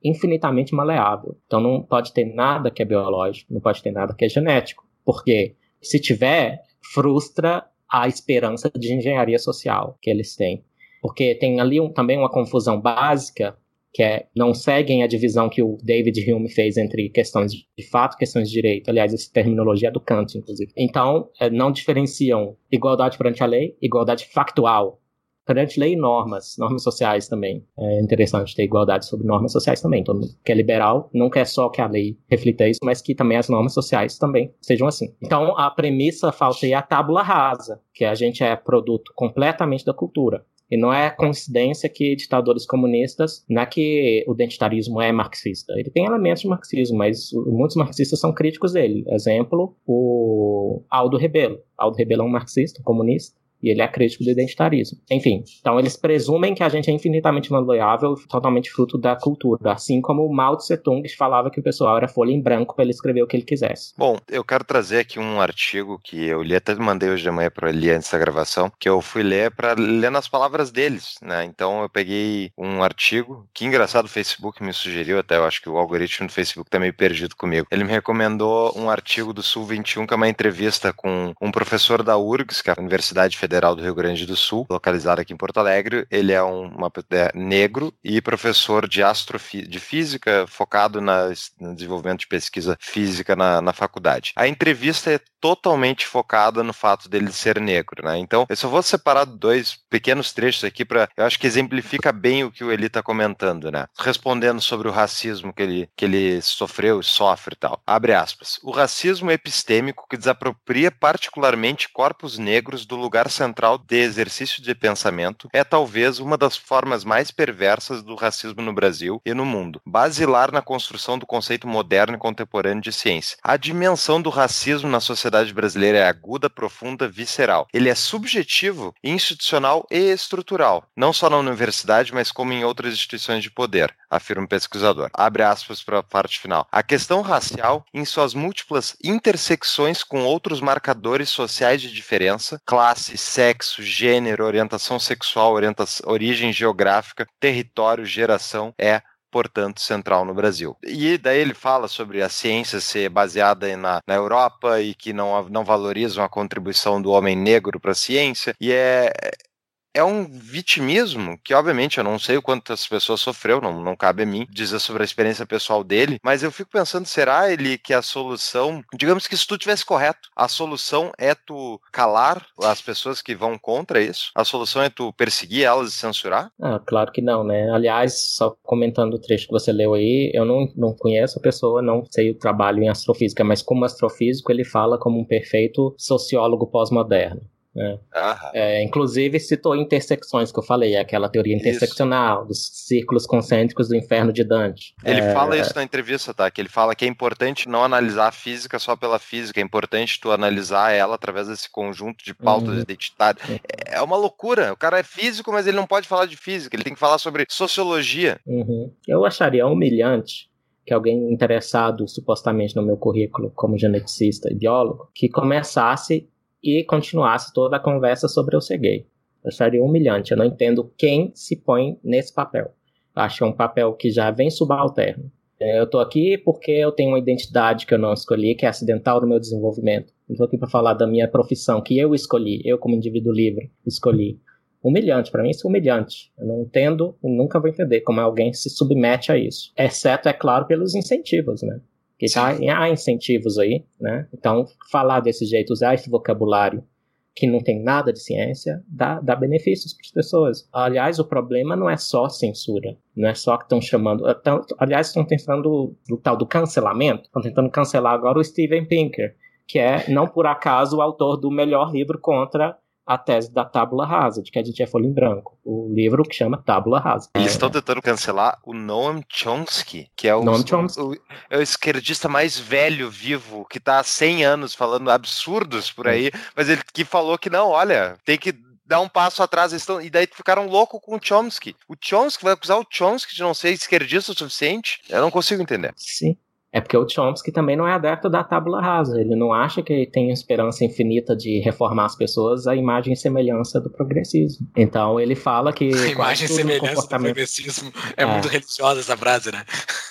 C: infinitamente maleável. Então não pode ter nada que é biológico, não pode ter nada que é genético. Porque se tiver, frustra a esperança de engenharia social que eles têm. Porque tem ali um, também uma confusão básica, que é, não seguem a divisão que o David Hume fez entre questões de fato e questões de direito. Aliás, essa terminologia é do Kant, inclusive. Então, é, não diferenciam igualdade perante a lei, igualdade factual perante lei e normas, normas sociais também. É interessante ter igualdade sobre normas sociais também. Todo mundo que é liberal não quer só que a lei reflita isso, mas que também as normas sociais também sejam assim. Então, a premissa falsa aí é a tábula rasa, que a gente é produto completamente da cultura. E não é coincidência que ditadores comunistas, não é que o identitarismo é marxista. Ele tem elementos de marxismo, mas muitos marxistas são críticos dele. Exemplo, o Aldo Rebelo. Aldo Rebelo é um marxista, um comunista, e ele é crítico do identitarismo. Enfim, então eles presumem que a gente é infinitamente maleável, totalmente fruto da cultura. Assim como o Mao Tse Tung falava que o pessoal era folha em branco para ele escrever o que ele quisesse.
B: Bom, eu quero trazer aqui um artigo que eu li, até mandei hoje de manhã para ler antes da gravação, que eu fui ler para ler nas palavras deles, né? Então eu peguei um artigo, que engraçado o Facebook me sugeriu, até eu acho que o algoritmo do Facebook tá meio perdido comigo. Ele me recomendou um artigo do Sul vinte e um, que é uma entrevista com um professor da U R G S, que é a Universidade Federal do Rio Grande do Sul, localizado aqui em Porto Alegre. Ele é um uma, é, negro e professor de, astrofi- de física, focado na, no desenvolvimento de pesquisa física na, na faculdade. A entrevista é totalmente focada no fato dele ser negro, né? Então, eu só vou separar dois pequenos trechos aqui para, eu acho que exemplifica bem o que o Eli está comentando, né? Respondendo sobre o racismo que ele, que ele sofreu e sofre e tal. Abre aspas. O racismo epistêmico que desapropria particularmente corpos negros do lugar central de exercício de pensamento é talvez uma das formas mais perversas do racismo no Brasil e no mundo, basilar na construção do conceito moderno e contemporâneo de ciência. A dimensão do racismo na sociedade brasileira é aguda, profunda, visceral. Ele é subjetivo, institucional e estrutural, não só na universidade, mas como em outras instituições de poder, afirma o pesquisador. Abre aspas para a parte final. A questão racial, em suas múltiplas intersecções com outros marcadores sociais de diferença, classe, sexo, gênero, orientação sexual, orientação, origem geográfica, território, geração, é portanto, central no Brasil. E daí ele fala sobre a ciência ser baseada na, na Europa e que não, não valorizam a contribuição do homem negro para a ciência, e é... É um vitimismo que, obviamente, eu não sei o quanto essa pessoa sofreu, não, não cabe a mim dizer sobre a experiência pessoal dele, mas eu fico pensando, será ele que a solução, digamos que se tu tivesse correto, a solução é tu calar as pessoas que vão contra isso? A solução é tu perseguir elas e censurar?
C: Ah, claro que não, né? Aliás, só comentando o trecho que você leu aí, eu não, não conheço a pessoa, não sei o trabalho em astrofísica, mas como astrofísico ele fala como um perfeito sociólogo pós-moderno. É. É, inclusive citou intersecções que eu falei, aquela teoria interseccional isso. dos círculos concêntricos do inferno de Dante.
B: Ele
C: é...
B: fala isso na entrevista, tá? Que ele fala que é importante não analisar a física só pela física, é importante tu analisar ela através desse conjunto de pautas uhum. identitárias. Uhum. É uma loucura, o cara é físico, mas ele não pode falar de física, ele tem que falar sobre sociologia.
C: Uhum. Eu acharia humilhante que alguém interessado supostamente no meu currículo como geneticista e biólogo, que começasse e continuasse toda a conversa sobre eu ser gay. Eu acharia humilhante. Eu não entendo quem se põe nesse papel. Eu acho que é um papel que já vem subalterno. Eu tô aqui porque eu tenho uma identidade que eu não escolhi, que é acidental no meu desenvolvimento. Eu tô aqui para falar da minha profissão, que eu escolhi, eu como indivíduo livre, escolhi. Humilhante, para mim isso é humilhante. Eu não entendo e nunca vou entender como alguém se submete a isso. Exceto, é claro, pelos incentivos, né? Porque tá, há incentivos aí, né? Então, falar desse jeito, usar esse vocabulário que não tem nada de ciência, dá, dá benefícios para as pessoas. Aliás, o problema não é só censura, não é só que estão chamando... Tão, aliás, estão tentando do tal do cancelamento, estão tentando cancelar agora o Steven Pinker, que é, não por acaso, o autor do melhor livro contra a tese da tábula rasa, de que a gente é folha em branco. O livro que chama Tábula Rasa.
B: Eles estão é, tentando cancelar o Noam Chomsky, que é o,
C: Noam Chomsky.
B: o, é o esquerdista mais velho vivo, que está há cem anos falando absurdos por aí, é. mas ele que falou que não, olha, tem que dar um passo atrás, estão, e daí ficaram loucos com o Chomsky. O Chomsky vai acusar o Chomsky de não ser esquerdista o suficiente? Eu não consigo entender.
C: Sim. É porque o Chomsky também não é adepto da tábula rasa. Ele não acha que tem esperança infinita de reformar as pessoas à imagem e semelhança do progressismo. Então ele fala que...
A: A imagem e semelhança comportamento... do progressismo é, é muito religiosa essa frase, né?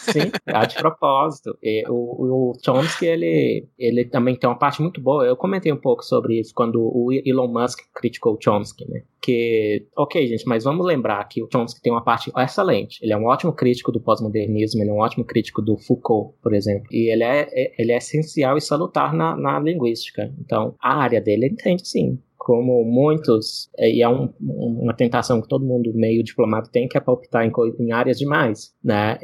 C: Sim, é de propósito. E o, o Chomsky, ele, ele também tem uma parte muito boa. Eu comentei um pouco sobre isso quando o Elon Musk criticou o Chomsky, né? Que, ok, gente, mas vamos lembrar que o Chomsky tem uma parte excelente. Ele é um ótimo crítico do pós-modernismo, ele é um ótimo crítico do Foucault, por exemplo. E ele é, ele é essencial e salutar na, na linguística. Então, a área dele ele entende, sim. Como muitos, e é um, uma tentação que todo mundo meio diplomado tem, que é palpitar em, em áreas demais, né?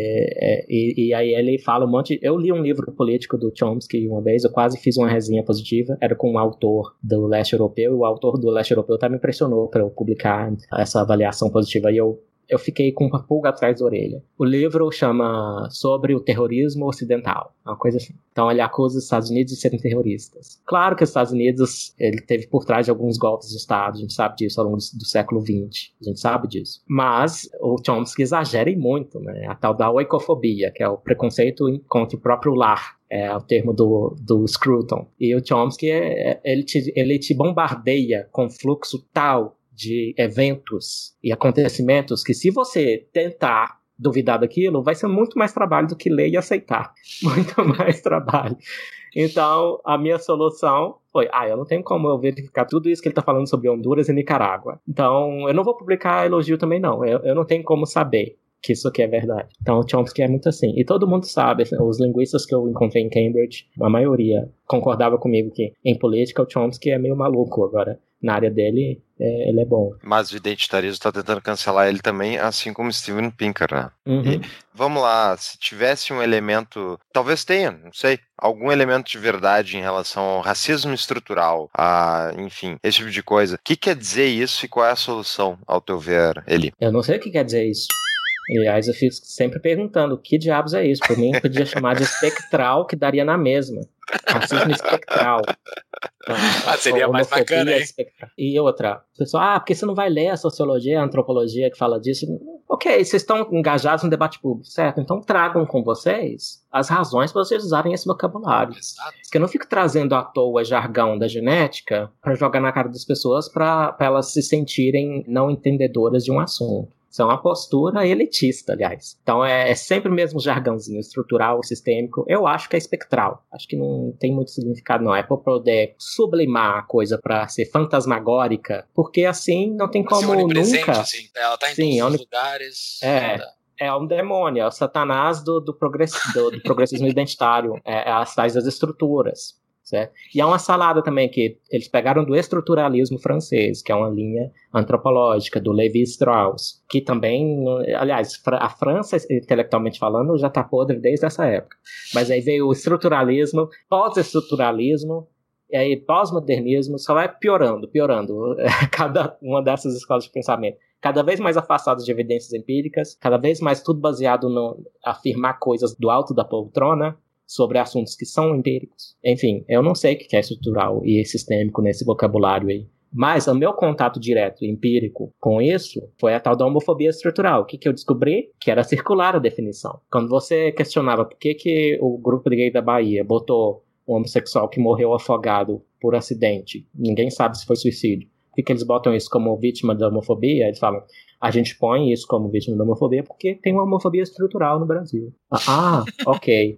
C: E, e, e aí ele fala um monte... Eu li um livro político do Chomsky uma vez, eu quase fiz uma resenha positiva, era com um autor do leste europeu, e o autor do leste europeu até me impressionou para eu publicar essa avaliação positiva, e eu eu fiquei com uma pulga atrás da orelha. O livro chama Sobre o Terrorismo Ocidental, uma coisa assim. Então ele acusa os Estados Unidos de serem terroristas. Claro que os Estados Unidos, ele teve por trás de alguns golpes de Estado, a gente sabe disso ao longo do, do século vinte, a gente sabe disso. Mas o Chomsky exagera e muito, né? A tal da oikofobia, que é o preconceito contra o próprio lar. É o termo do, do Scruton. E o Chomsky, é, ele, te, ele te bombardeia com fluxo tal de eventos e acontecimentos que, se você tentar duvidar daquilo, vai ser muito mais trabalho do que ler e aceitar. Muito mais trabalho. Então, a minha solução foi, ah, eu não tenho como eu verificar tudo isso que ele está falando sobre Honduras e Nicarágua. Então, eu não vou publicar elogio também, não. Eu, eu não tenho como saber que isso aqui é verdade. Então, o Chomsky é muito assim. E todo mundo sabe, os linguistas que eu encontrei em Cambridge, a maioria concordava comigo que, em política, o Chomsky é meio maluco. Agora, na área dele, é, ele é bom.
B: Mas o identitarismo está tentando cancelar ele também, assim como Steven Pinker, né?
C: Uhum.
B: E, vamos lá, se tivesse um elemento, talvez tenha, não sei, algum elemento de verdade em relação ao racismo estrutural, a, enfim, esse tipo de coisa. O que quer dizer isso e qual é a solução, ao teu ver, Eli?
C: Eu não sei o que quer dizer isso. Aliás, eu fico sempre perguntando, que diabos é isso? Por mim, eu podia chamar de espectral, que daria na mesma. Racismo espectral. Então,
A: ah, seria mais bacana, hein?
C: Espectral. E outra, o pessoal, ah, porque você não vai ler a sociologia, a antropologia que fala disso? Ok, vocês estão engajados no debate público, certo? Então tragam com vocês as razões para vocês usarem esse vocabulário. Exato. Porque eu não fico trazendo à toa jargão da genética para jogar na cara das pessoas para elas se sentirem não entendedoras de um assunto. Isso é uma postura elitista, aliás. Então é, é sempre o mesmo jargãozinho, estrutural, sistêmico. Eu acho que é espectral. Acho que não tem muito significado, não. É para poder sublimar a coisa para ser fantasmagórica, porque assim não tem como nunca...
A: Assim. Ela tá em
C: Sim,
A: todos
C: é
A: os lugares.
C: É,
A: tá.
C: é um demônio, é o satanás do, do, progress, do, do progressismo identitário. É, é as tais das estruturas. Certo? E há uma salada também que eles pegaram do estruturalismo francês, que é uma linha antropológica do Lévi-Strauss, que também, aliás, a França, intelectualmente falando, já está podre desde essa época. Mas aí veio o estruturalismo, pós-estruturalismo, e aí pós-modernismo, só vai piorando, piorando, cada uma dessas escolas de pensamento. Cada vez mais afastadas de evidências empíricas, cada vez mais tudo baseado no afirmar coisas do alto da poltrona, sobre assuntos que são empíricos. Enfim, eu não sei o que é estrutural e sistêmico nesse vocabulário aí. Mas o meu contato direto, empírico, com isso, foi a tal da homofobia estrutural. O que, que eu descobri? Que era circular a definição. Quando você questionava por que, que o grupo gay da Bahia botou um homossexual que morreu afogado por acidente, ninguém sabe se foi suicídio, por que, que eles botam isso como vítima da homofobia? Eles falam, a gente põe isso como vítima da homofobia porque tem uma homofobia estrutural no Brasil. Ah, ok.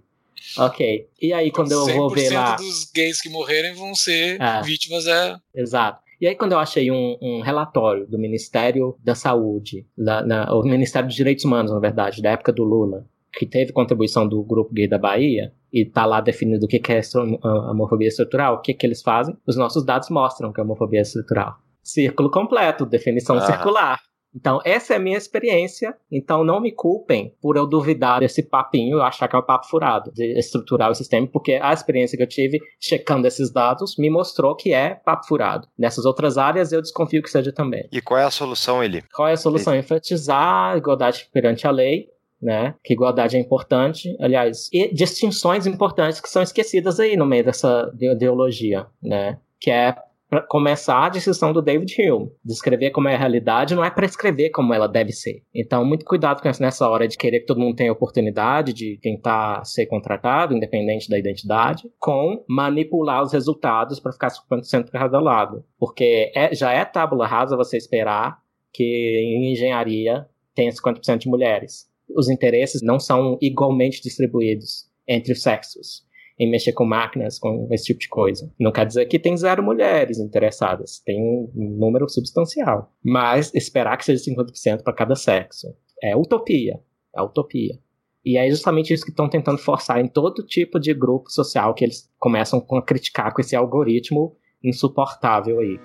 C: Ok. E aí, quando eu vou ver lá...
A: cem por cento dos gays que morrerem vão ser
C: é,
A: vítimas, é...
C: Exato. E aí, quando eu achei um, um relatório do Ministério da Saúde, da, na, o Ministério dos Direitos Humanos, na verdade, da época do Lula, que teve contribuição do Grupo Gay da Bahia, e tá lá definido o que é a homofobia estrutural, o que, que eles fazem, os nossos dados mostram que é homofobia estrutural. Círculo completo, definição ah. circular. Então, essa é a minha experiência. Então, não me culpem por eu duvidar desse papinho, eu achar que é um papo furado, de estrutural e sistêmico, porque a experiência que eu tive checando esses dados me mostrou que é papo furado. Nessas outras áreas, eu desconfio que seja também.
B: E qual é a solução, Eli?
C: Qual é a solução? Ele... Enfatizar a igualdade perante a lei, né? Que igualdade é importante, aliás, e distinções importantes que são esquecidas aí no meio dessa ideologia, né? Que é para começar a discussão do David Hume. Descrever como é a realidade não é prescrever como ela deve ser. Então, muito cuidado com isso nessa hora de querer que todo mundo tenha oportunidade de tentar ser contratado, independente da identidade, com manipular os resultados para ficar cinquenta por cento para cada lado. Porque é, já é tábula rasa você esperar que em engenharia tenha cinquenta por cento de mulheres. os interesses não são igualmente distribuídos entre os sexos em mexer com máquinas, com esse tipo de coisa. Não quer dizer que tem zero mulheres interessadas, tem um número substancial. Mas esperar que seja cinquenta por cento para cada sexo é utopia, é utopia. E é justamente isso que estão tentando forçar em todo tipo de grupo social que eles começam a criticar com esse algoritmo insuportável aí.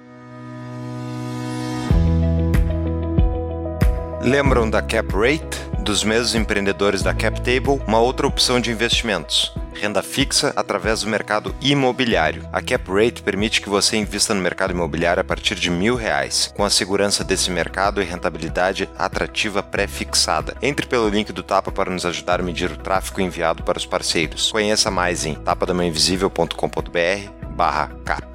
B: Lembram da Cap Rate? Dos mesmos empreendedores da Cap Table, uma outra opção de investimentos. Renda fixa através do mercado imobiliário. A Cap Rate permite que você invista no mercado imobiliário a partir de mil reais, com a segurança desse mercado e rentabilidade atrativa pré-fixada. Entre pelo link do Tapa para nos ajudar a medir o tráfego enviado para os parceiros. Conheça mais em tapadamãoinvisível.com.br barra cap.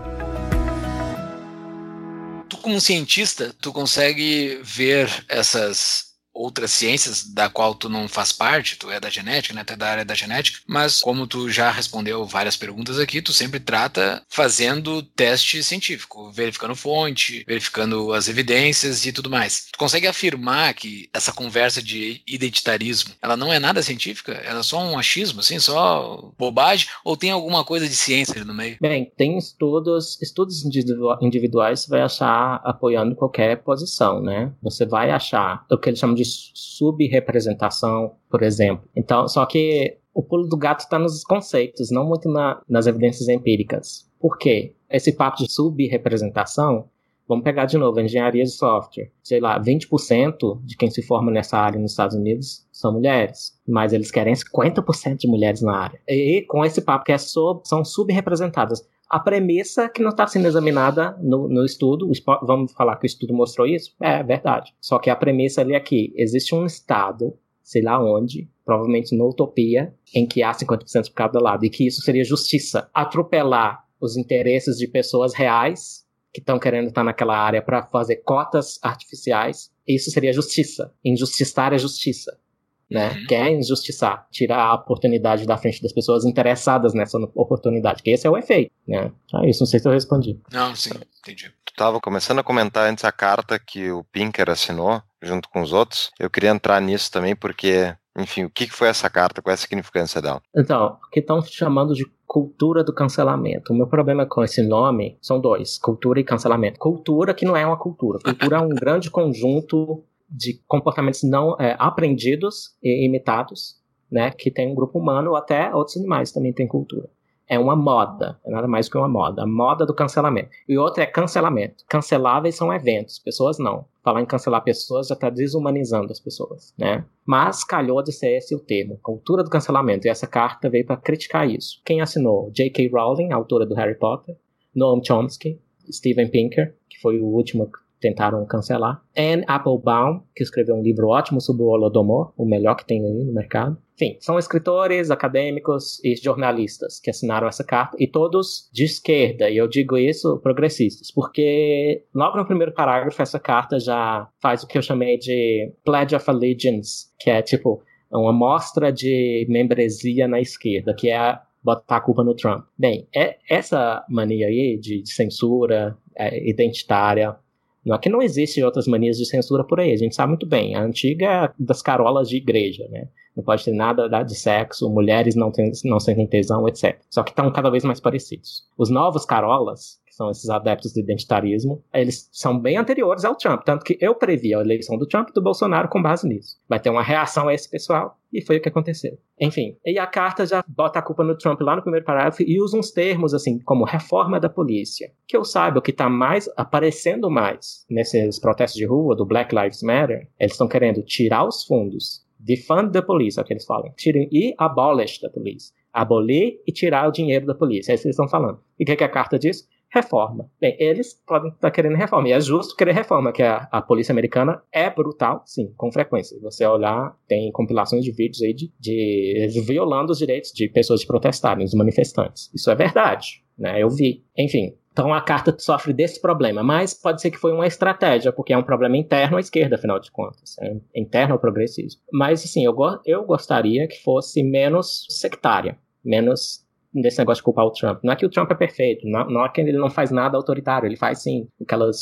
A: Tu, como cientista, tu consegue ver essas outras ciências da qual tu não faz parte, tu é da genética, né, tu é da área da genética, mas como tu já respondeu várias perguntas aqui, tu sempre trata fazendo teste científico, verificando fonte, verificando as evidências e tudo mais. Tu consegue afirmar que essa conversa de identitarismo, ela não é nada científica? Ela é só um achismo, assim, só bobagem? Ou tem alguma coisa de ciência ali no meio?
C: Bem, tem estudos, estudos individuais você vai achar apoiando qualquer posição, né? Você vai achar o que eles chamam de subrepresentação, por exemplo. Então, só que o pulo do gato está nos conceitos, não muito na, nas evidências empíricas. Por quê? Esse papo de subrepresentação, vamos pegar de novo, a engenharia de software. Sei lá, vinte por cento de quem se forma nessa área nos Estados Unidos são mulheres, mas eles querem cinquenta por cento de mulheres na área. E com esse papo que é sob, são subrepresentadas. A premissa que não está sendo examinada no, no estudo, vamos falar que o estudo mostrou isso? É verdade. Só que a premissa ali é que existe um estado, sei lá onde, provavelmente na utopia, em que há cinquenta por cento de cada lado, e que isso seria justiça. Atropelar os interesses de pessoas reais que estão querendo estar naquela área para fazer cotas artificiais, isso seria justiça. Injustiçar é justiça. Né? Quer injustiçar, tirar a oportunidade da frente das pessoas interessadas nessa oportunidade, que esse é o efeito, né? Ah, isso, não sei se eu respondi.
A: Não, sim, entendi.
B: Tu estava começando a comentar antes a carta que o Pinker assinou, junto com os outros. Eu queria entrar nisso também, porque, enfim, o que foi essa carta, qual é a significância dela?
C: Então, o que estão chamando de cultura do cancelamento. O meu problema com esse nome são dois, cultura e cancelamento. Cultura que não é uma cultura. Cultura é um grande conjunto de comportamentos não é, aprendidos e imitados, né, que tem um grupo humano ou até outros animais também têm cultura. É uma moda, é nada mais que uma moda, a moda do cancelamento. E outra é cancelamento. Canceláveis são eventos, pessoas não. Falar em cancelar pessoas já está desumanizando as pessoas, né? Mas calhou de ser esse o termo, cultura do cancelamento, e essa carta veio para criticar isso. Quem assinou? J K. Rowling, autora do Harry Potter, Noam Chomsky, Steven Pinker, que foi o último tentaram cancelar. Anne Applebaum, que escreveu um livro ótimo sobre o Holodomor, o melhor que tem aí no mercado. Enfim, são escritores, acadêmicos e jornalistas que assinaram essa carta, e todos de esquerda, e eu digo isso progressistas, porque logo no primeiro parágrafo essa carta já faz o que eu chamei de Pledge of Allegiance, que é tipo uma mostra de membresia na esquerda, que é botar a culpa no Trump. Bem, é essa mania aí de, de censura é, identitária. Não é que não existem outras manias de censura por aí, a gente sabe muito bem. A antiga é das carolas de igreja, né? Não pode ter nada de sexo, mulheres não, tem, não sentem tesão, etcétera. Só que estão cada vez mais parecidos. Os novos carolas, que são esses adeptos do identitarismo, eles são bem anteriores ao Trump, tanto que eu previ a eleição do Trump e do Bolsonaro com base nisso. Vai ter uma reação a esse pessoal, e foi o que aconteceu. Enfim, e a carta já bota a culpa no Trump lá no primeiro parágrafo e usa uns termos assim, como reforma da polícia. Que eu saiba, o que está mais aparecendo mais nesses protestos de rua do Black Lives Matter, eles estão querendo tirar os fundos, defund the police, é o que eles falam, tirem e abolish the police. Abolir e tirar o dinheiro da polícia, é isso que eles estão falando. E o que, que a carta diz? Reforma. Bem, eles podem estar querendo reforma, e é justo querer reforma, que a, a polícia americana é brutal, sim, com frequência. Se você olhar, tem compilações de vídeos aí de, de, de violando os direitos de pessoas de protestarem, os manifestantes. Isso é verdade, né? Eu vi. Enfim, então a carta sofre desse problema, mas pode ser que foi uma estratégia, porque é um problema interno à esquerda, afinal de contas. É interno ao progressismo. Mas, assim, eu, eu gostaria que fosse menos sectária, menos desse negócio de culpar o Trump. Não é que o Trump é perfeito, não, não é que ele não faz nada autoritário, ele faz sim aquelas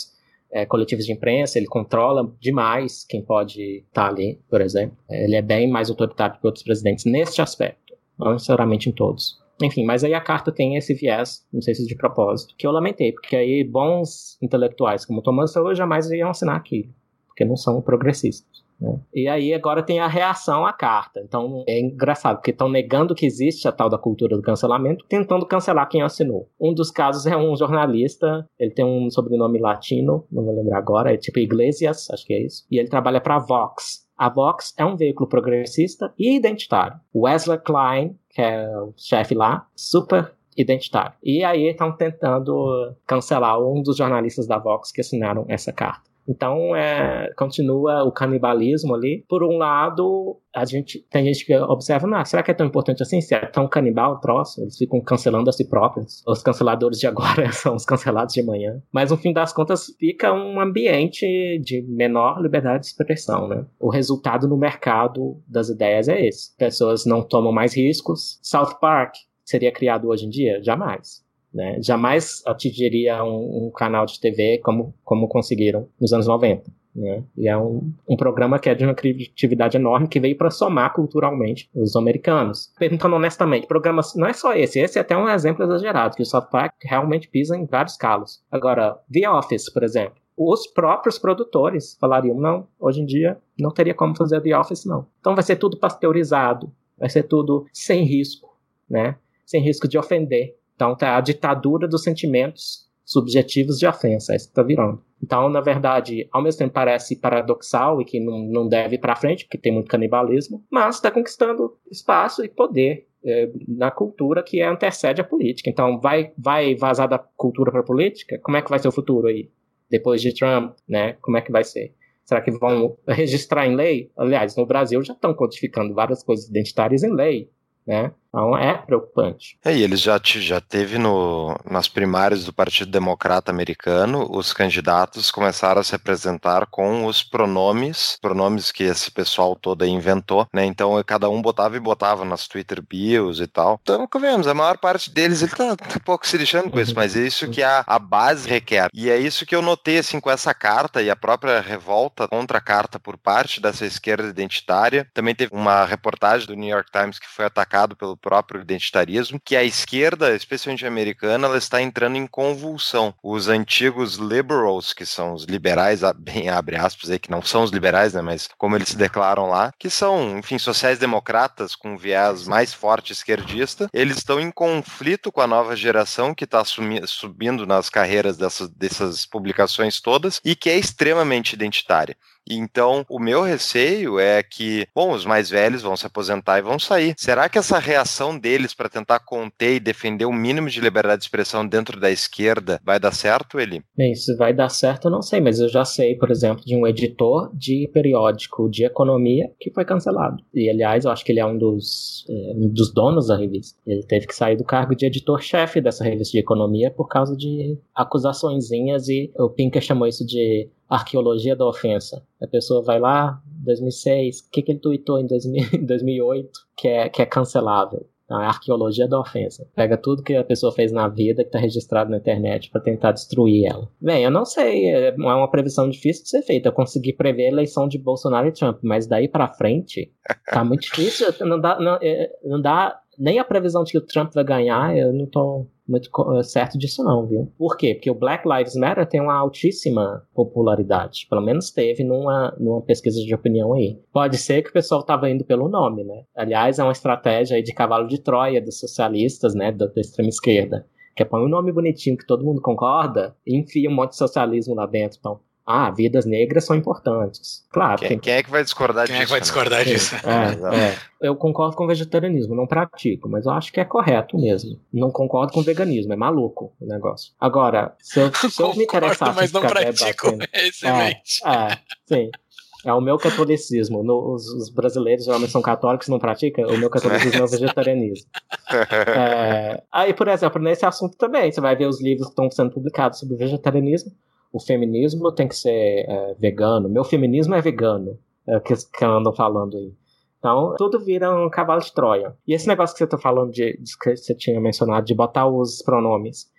C: é, coletivos de imprensa, ele controla demais quem pode estar ali, por exemplo. Ele é bem mais autoritário que outros presidentes neste aspecto, não necessariamente em todos. Enfim, mas aí a carta tem esse viés, não sei se de propósito, que eu lamentei, porque aí bons intelectuais como Thomas Sowell jamais iam assinar aquilo, porque não são progressistas, né? E aí agora tem a reação à carta. Então é engraçado, porque estão negando que existe a tal da cultura do cancelamento, tentando cancelar quem assinou. Um dos casos é um jornalista, ele tem um sobrenome latino, não vou lembrar agora, é tipo Iglesias, acho que é isso, e ele trabalha para a Vox. A Vox é um veículo progressista e identitário. Wesley Klein, que é o chefe lá, super identitário. E aí estão tentando cancelar um dos jornalistas da Vox que assinaram essa carta. Então, é, continua o canibalismo ali. Por um lado, a gente, tem gente que observa, não, será que é tão importante assim? Se é tão canibal o troço? Eles ficam cancelando a si próprios. Os canceladores de agora são os cancelados de amanhã. Mas, no fim das contas, fica um ambiente de menor liberdade de expressão, né? O resultado no mercado das ideias é esse. Pessoas não tomam mais riscos. South Park seria criado hoje em dia? Jamais. Né? Jamais atingiria um, um canal de T V como, como conseguiram nos anos noventa. Né? E é um, um programa que é de uma criatividade enorme, que veio para somar culturalmente os americanos. Perguntando honestamente, programas não é só esse, esse é até um exemplo exagerado, que o South Park realmente pisa em vários calos. Agora, The Office, por exemplo, os próprios produtores falariam, não, hoje em dia não teria como fazer The Office, não. Então vai ser tudo pasteurizado, vai ser tudo sem risco, né? Sem risco de ofender. Então, tá a ditadura dos sentimentos subjetivos de ofensa, é isso que tá virando. Então, na verdade, ao mesmo tempo parece paradoxal e que não, não deve ir para frente, porque tem muito canibalismo, mas está conquistando espaço e poder é, na cultura que antecede a política. Então, vai, vai vazar da cultura para a política? Como é que vai ser o futuro aí? Depois de Trump, né? Como é que vai ser? Será que vão registrar em lei? Aliás, no Brasil já estão codificando várias coisas identitárias em lei, né? Então é preocupante.
B: É, e eles já, já teve no, nas primárias do Partido Democrata Americano, os candidatos começaram a se apresentar com os pronomes, pronomes que esse pessoal todo aí inventou, né? Então cada um botava e botava nas Twitter bios e tal. Então, como vemos, a maior parte deles ele tá um pouco se lixando com isso, mas é isso que a, a base requer. E é isso que eu notei assim com essa carta e a própria revolta contra a carta por parte dessa esquerda identitária. Também teve uma reportagem do New York Times que foi atacado pelo próprio identitarismo, que a esquerda, especialmente americana, ela está entrando em convulsão. Os antigos liberals, que são os liberais, bem abre aspas aí, que não são os liberais, né, mas como eles se declaram lá, que são, enfim, sociais-democratas com viés mais forte esquerdista, eles estão em conflito com a nova geração que está subindo nas carreiras dessas, dessas publicações todas e que é extremamente identitária. Então, o meu receio é que, bom, os mais velhos vão se aposentar e vão sair. Será que essa reação deles para tentar conter e defender o mínimo de liberdade de expressão dentro da esquerda vai dar certo, Eli?
C: Bem, se vai dar certo eu não sei, mas eu já sei, por exemplo, de um editor de periódico de economia que foi cancelado. E, aliás, eu acho que ele é um dos, é, um dos donos da revista. Ele teve que sair do cargo de editor-chefe dessa revista de economia por causa de acusaçõezinhas, e o Pinker chamou isso de arqueologia da ofensa. A pessoa vai lá, dois mil e seis, o que, que ele tweetou em dois mil, dois mil e oito que é, que é cancelável? Então, é a arqueologia da ofensa. Pega tudo que a pessoa fez na vida que está registrado na internet para tentar destruir ela. Bem, eu não sei, é uma previsão difícil de ser feita. Eu consegui prever a eleição de Bolsonaro e Trump, mas daí para frente tá muito difícil. Não dá, não, não dá nem a previsão de que o Trump vai ganhar, eu não tô muito certo disso não, viu? Por quê? Porque o Black Lives Matter tem uma altíssima popularidade. Pelo menos teve numa, numa pesquisa de opinião aí. Pode ser que o pessoal tava indo pelo nome, né? Aliás, é uma estratégia aí de cavalo de Troia dos socialistas, né? Da, da extrema esquerda. Que é põe um nome bonitinho que todo mundo concorda e enfia um monte de socialismo lá dentro. Então, ah, vidas negras são importantes. Claro.
B: Quem,
C: tem...
B: quem é que vai discordar
A: quem
B: disso?
A: Quem é que vai discordar
B: né?
A: disso?
C: É, é. Eu concordo com o vegetarianismo, não pratico, mas eu acho que é correto mesmo. Não concordo com o veganismo, é maluco o negócio. Agora, se eu, se eu me interessar...
A: mas não pratico, debatendo, é excelente.
C: É, é, sim. É o meu catolicismo. No, os, os brasileiros geralmente são católicos e não praticam. O meu catolicismo é o vegetarianismo. É, aí, por exemplo, nesse assunto também, você vai ver os livros que estão sendo publicados sobre vegetarianismo. O feminismo tem que ser é, vegano. Meu feminismo é vegano. É o que, que andam falando aí. Então, tudo vira um cavalo de Troia. E esse negócio que você está falando, de, de, que você tinha mencionado, de botar os pronomes.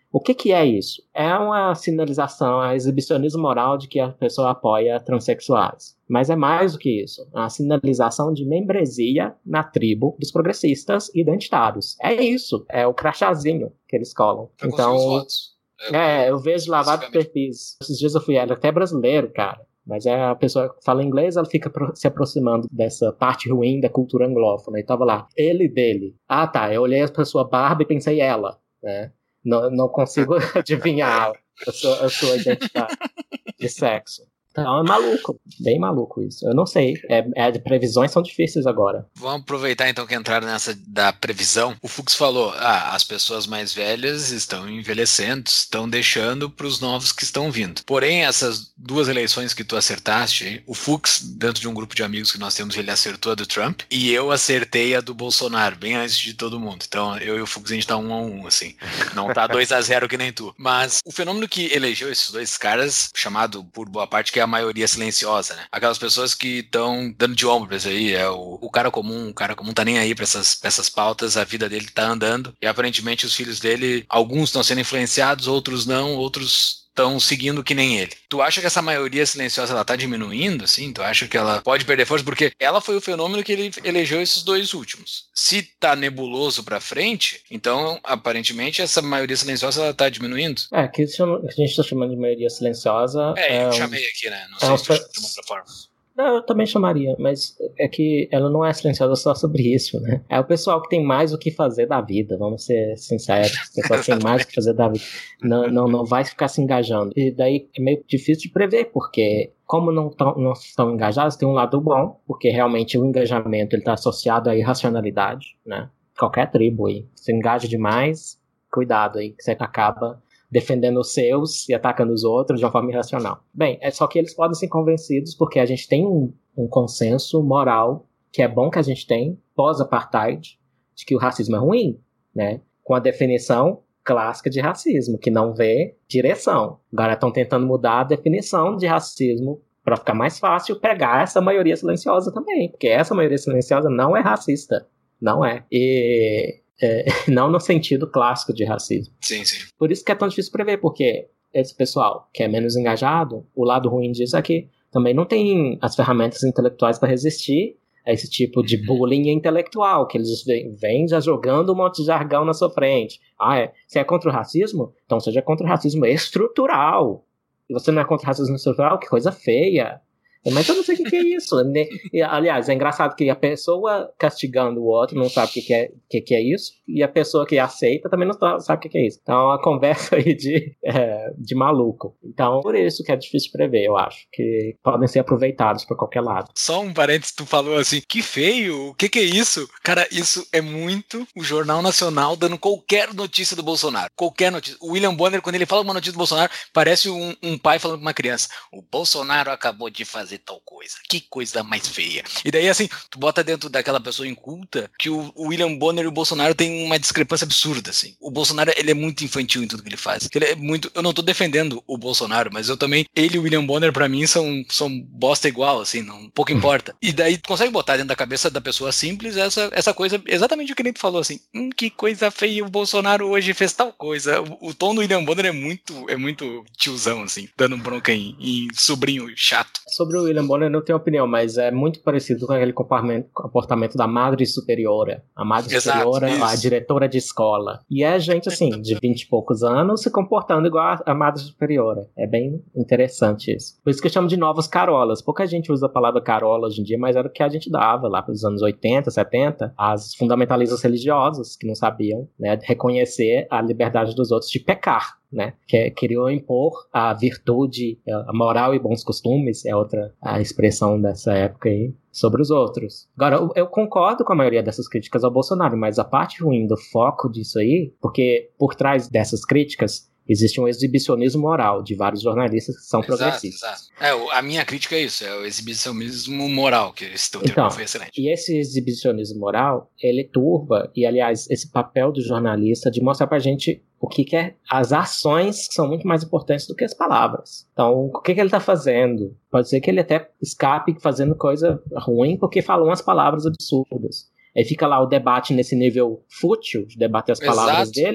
C: O que que é isso? É uma sinalização, é um exibicionismo moral de que a pessoa apoia transexuais. Mas é mais do que isso. É uma sinalização de membresia na tribo dos progressistas identitários. É isso. É o crachazinho que eles colam.
A: Pra
C: então,
A: conseguir os votos.
C: É, eu vejo lá vários perfis. Esses dias eu fui, ela é até brasileiro, cara. Mas é a pessoa que fala inglês, ela fica se aproximando dessa parte ruim da cultura anglófona. E tava lá, ele dele. Ah, tá. Eu olhei pra sua barba e pensei ela, né? Não, não consigo adivinhar a sua, a sua identidade de sexo. Então é maluco, bem maluco isso. Eu não sei, é, é, previsões são difíceis agora.
A: Vamos aproveitar então que entraram nessa da previsão. O Fux falou, ah, as pessoas mais velhas estão envelhecendo, estão deixando para os novos que estão vindo. Porém, essas duas eleições que tu acertaste, o Fux, dentro de um grupo de amigos que nós temos, ele acertou a do Trump, e eu acertei a do Bolsonaro, bem antes de todo mundo. Então eu e o Fux a gente tá um a um, assim. Não tá dois a zero que nem tu. Mas o fenômeno que elegeu esses dois caras, chamado por boa parte que é a maioria silenciosa, né? Aquelas pessoas que estão dando de ombro pra isso aí, é o, o cara comum, o cara comum tá nem aí pra essas, pra essas pautas, a vida dele tá andando, e aparentemente os filhos dele, alguns estão sendo influenciados, outros não, outros estão seguindo que nem ele. Tu acha que essa maioria silenciosa ela tá diminuindo, assim? Tu acha que ela pode perder força? Porque ela foi o fenômeno que ele elegeu esses dois últimos. Se tá nebuloso pra frente, então, aparentemente, essa maioria silenciosa ela tá diminuindo?
C: É, que a gente tá chamando de maioria silenciosa...
A: É,
C: é
A: eu
C: um...
A: chamei aqui, né? Não
C: é
A: sei
C: um...
A: se tu chama de uma outra forma.
C: Não, eu também chamaria, mas é que ela não é silenciosa só sobre isso, né? É o pessoal que tem mais o que fazer da vida, vamos ser sinceros. O pessoal que tem mais o que fazer da vida não, não, não vai ficar se engajando. E daí é meio difícil de prever, porque como não, tão, não estão engajados, tem um lado bom, porque realmente o engajamento está associado à irracionalidade, né? Qualquer tribo aí. Se engaja demais, cuidado aí, que você acaba defendendo os seus e atacando os outros de uma forma irracional. Bem, é só que eles podem ser convencidos porque a gente tem um, um consenso moral que é bom que a gente tem, pós-apartheid, de que o racismo é ruim, né? Com a definição clássica de racismo, que não vê direção. Agora estão tentando mudar a definição de racismo para ficar mais fácil pegar essa maioria silenciosa também, porque essa maioria silenciosa não é racista. Não é. E... É, não no sentido clássico de racismo.
A: Sim, sim.
C: Por isso que é tão difícil prever, porque esse pessoal que é menos engajado, o lado ruim disso é que também não tem as ferramentas intelectuais para resistir a esse tipo de bullying intelectual, que eles vêm já jogando um monte de jargão na sua frente. Ah, é? Você é contra o racismo? Então seja contra o racismo estrutural. E você não é contra o racismo estrutural? Que coisa feia. Mas eu não sei o que, que é isso. E, aliás, é engraçado que a pessoa castigando o outro não sabe o que, que, é, que, que é isso, e a pessoa que aceita também não sabe o que, que é isso. Então é uma conversa aí de, é, de maluco. Então, por isso que é difícil prever, eu acho, que podem ser aproveitados por qualquer lado.
A: Só um parênteses, tu falou assim, que feio, o que, que é isso? Cara, isso é muito o Jornal Nacional dando qualquer notícia do Bolsonaro. Qualquer notícia. O William Bonner, quando ele fala uma notícia do Bolsonaro, parece um, um pai falando pra uma criança. O Bolsonaro acabou de fazer tal coisa, que coisa mais feia. E daí assim, tu bota dentro daquela pessoa inculta que o, o William Bonner e o Bolsonaro tem uma discrepância absurda, assim. O Bolsonaro, ele é muito infantil em tudo que ele faz. Ele é muito, eu não tô defendendo o Bolsonaro, mas eu também, ele e o William Bonner pra mim são, são bosta igual, assim, não, pouco importa. E daí tu consegue botar dentro da cabeça da pessoa simples essa, essa coisa, exatamente o que nem tu falou, assim, hum, que coisa feia, o Bolsonaro hoje fez tal coisa. O, o tom do William Bonner é muito, é muito tiozão, assim, dando bronca em, em sobrinho chato.
C: Sobre o William Bonner eu não tenho opinião, mas é muito parecido com aquele comportamento da madre superiora. A madre
A: Exato,
C: superiora,
A: isso.
C: A diretora de escola. E é gente, assim, de vinte e poucos anos se comportando igual a madre superiora. É bem interessante isso. Por isso que eu chamo de novas carolas. Pouca gente usa a palavra carola hoje em dia, mas era o que a gente dava lá nos anos oitenta, setenta. As fundamentalistas religiosas que não sabiam, né, reconhecer a liberdade dos outros de pecar. Né, que queriam impor a virtude, a moral e bons costumes, é outra a expressão dessa época aí, sobre os outros. Agora, eu, eu concordo com a maioria dessas críticas ao Bolsonaro, mas a parte ruim do foco disso aí, porque por trás dessas críticas existe um exibicionismo moral de vários jornalistas que são
A: Exato,
C: progressistas.
A: exato. É, a minha crítica é isso, é o exibicionismo moral, que esse teu
C: Então,
A: termo foi excelente.
C: E esse exibicionismo moral, ele turva, e aliás, esse papel do jornalista de mostrar pra gente o que, que é as ações que são muito mais importantes do que as palavras. Então, o que, que ele tá fazendo? Pode ser que ele até escape fazendo coisa ruim porque falou umas palavras absurdas. Aí fica lá o debate nesse nível fútil, de debater as palavras
A: Exato.
C: dele,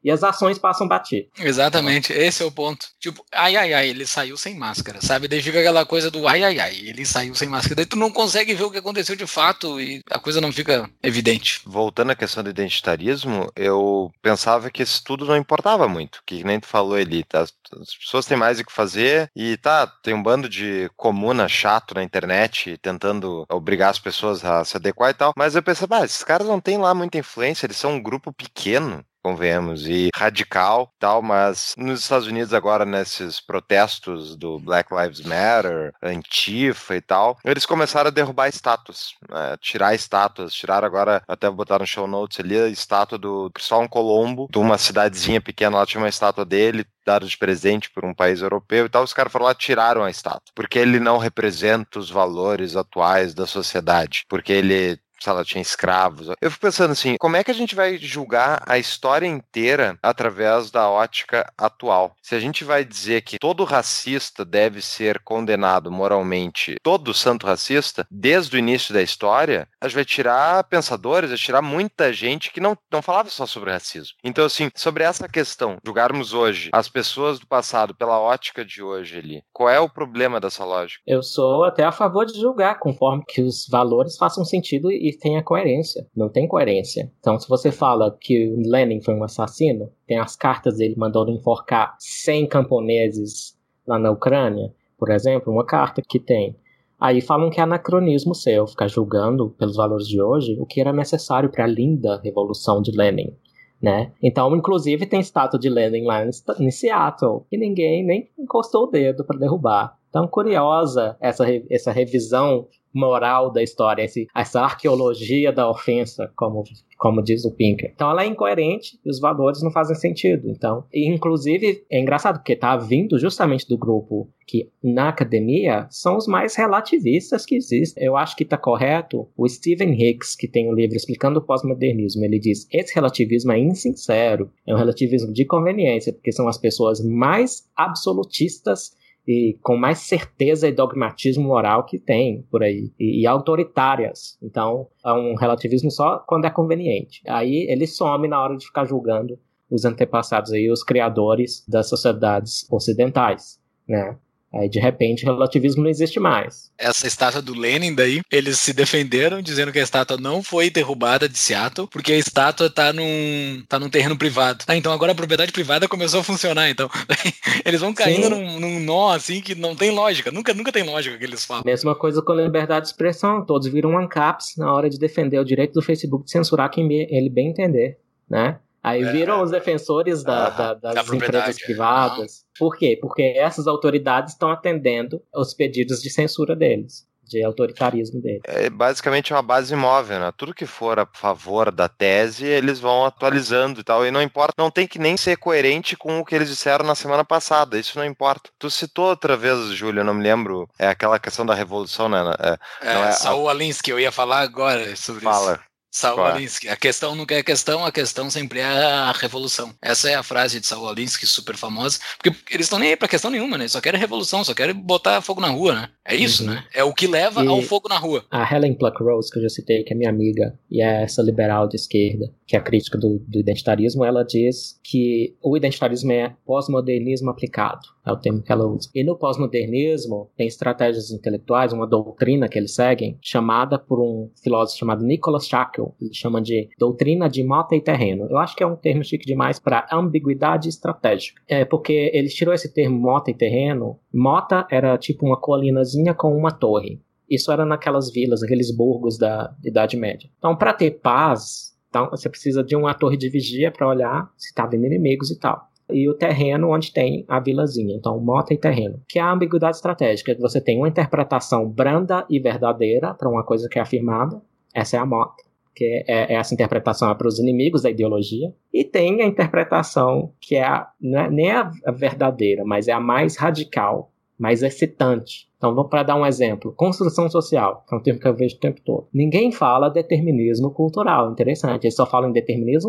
C: e as ações passam batido.
A: Exatamente, esse é o ponto. Tipo, ai, ai, ai, ele saiu sem máscara, sabe? Daí fica aquela coisa do ai, ai, ai, ele saiu sem máscara. Daí tu não consegue ver o que aconteceu de fato e a coisa não fica evidente.
B: Voltando à questão do identitarismo, eu pensava que isso tudo não importava muito, que nem tu falou ali, tá? As pessoas têm mais o que fazer e tá, tem um bando de comuna chato na internet tentando obrigar as pessoas a se adequar e tal, mas eu pensei, ah, esses caras não têm lá muita influência, eles são um grupo pequeno, convenhamos, e radical tal, mas nos Estados Unidos agora, nesses protestos do Black Lives Matter, Antifa e tal, eles começaram a derrubar estátuas, né? Tirar estátuas, tiraram agora, até vou botar no show notes ali, a estátua do Cristóvão Colombo, de uma cidadezinha pequena, lá tinha uma estátua dele, dado de presente por um país europeu e tal, os caras foram lá, tiraram a estátua, porque ele não representa os valores atuais da sociedade, porque ele sei lá, tinha escravos. Eu fico pensando assim, como é que a gente vai julgar a história inteira através da ótica atual? Se a gente vai dizer que todo racista deve ser condenado moralmente, todo santo racista, desde o início da história, a gente vai tirar pensadores, vai tirar muita gente que não, não falava só sobre racismo. Então, assim, sobre essa questão, julgarmos hoje as pessoas do passado pela ótica de hoje ali, qual é o problema dessa lógica?
C: Eu sou até a favor de julgar, conforme que os valores façam sentido e tenha coerência. Não tem coerência. Então, se você fala que o Lenin foi um assassino, tem as cartas dele mandando enforcar cem camponeses lá na Ucrânia, por exemplo, uma carta que tem. Aí falam que é anacronismo seu, ficar julgando pelos valores de hoje o que era necessário para a linda revolução de Lenin. Né? Então, inclusive, tem estátua de Lenin lá em Seattle, que ninguém nem encostou o dedo para derrubar. Então, curiosa essa, essa revisão moral da história, esse, essa arqueologia da ofensa, como, como diz o Pinker. Então ela é incoerente e os valores não fazem sentido. Então, e, inclusive, é engraçado porque está vindo justamente do grupo que na academia são os mais relativistas que existem. Eu acho que está correto o Stephen Hicks, que tem um livro explicando o pós-modernismo. Ele diz, esse relativismo é insincero, é um relativismo de conveniência, porque são as pessoas mais absolutistas e com mais certeza e dogmatismo moral que tem por aí, e, e autoritárias. Então, é um relativismo só quando é conveniente. Aí ele some na hora de ficar julgando os antepassados aí, os criadores das sociedades ocidentais, né? Aí, de repente, o relativismo não existe mais.
A: Essa estátua do Lenin daí, eles se defenderam dizendo que a estátua não foi derrubada de Seattle, porque a estátua tá num, tá num terreno privado. Ah, então agora a propriedade privada começou a funcionar, então. Eles vão caindo num, num nó, assim, que não tem lógica. Nunca, nunca tem lógica que eles falam.
C: Mesma coisa com a liberdade de expressão. Todos viram ANCAPs na hora de defender o direito do Facebook de censurar quem ele bem entender, né? Aí viram é, os defensores da, da, das da empresas privadas. Não. Por quê? Porque essas autoridades estão atendendo aos pedidos de censura deles, de autoritarismo deles.
B: É basicamente uma base móvel, né? Tudo que for a favor da tese, eles vão atualizando e tal. E não importa, não tem que nem ser coerente com o que eles disseram na semana passada. Isso não importa. Tu citou outra vez, Júlio, eu não me lembro, é aquela questão da revolução, né?
A: É, é, é Saul a... Alinsky, eu ia falar agora sobre
B: Fala.
A: isso. Saul Alinsky. A questão nunca é questão, a questão sempre é a revolução. Essa é a frase de Saul Alinsky, super famosa, porque eles estão nem aí pra questão nenhuma, né? Eles só querem revolução, só querem botar fogo na rua, né? É isso, uhum. né? É o que leva e ao fogo na rua.
C: A Helen Pluckrose, que eu já citei, que é minha amiga, e é essa liberal de esquerda, que é a crítica do, do identitarismo, ela diz que o identitarismo é pós-modernismo aplicado. É o termo que ela usa. E no pós-modernismo, tem estratégias intelectuais, uma doutrina que eles seguem, chamada por um filósofo chamado Nicholas Shackle. Ele chama de doutrina de mota e terreno. Eu acho que é um termo chique demais para ambiguidade estratégica. É porque ele tirou esse termo mota e terreno. Mota era tipo uma colinazinha com uma torre. Isso era naquelas vilas, aqueles burgos da Idade Média. Então, para ter paz, então, você precisa de uma torre de vigia para olhar se está vindo inimigos e tal. E o terreno onde tem a vilazinha. Então, mota e terreno. Que é a ambiguidade estratégica. Você tem uma interpretação branda e verdadeira para uma coisa que é afirmada. Essa é a mota. Que é, é essa interpretação é para os inimigos da ideologia. E tem a interpretação que é a, não é nem a verdadeira, mas é a mais radical, mais excitante. Então, vamos para dar um exemplo. Construção social, que é um termo que eu vejo o tempo todo. Ninguém fala determinismo cultural. Interessante. Eles só falam em determinismo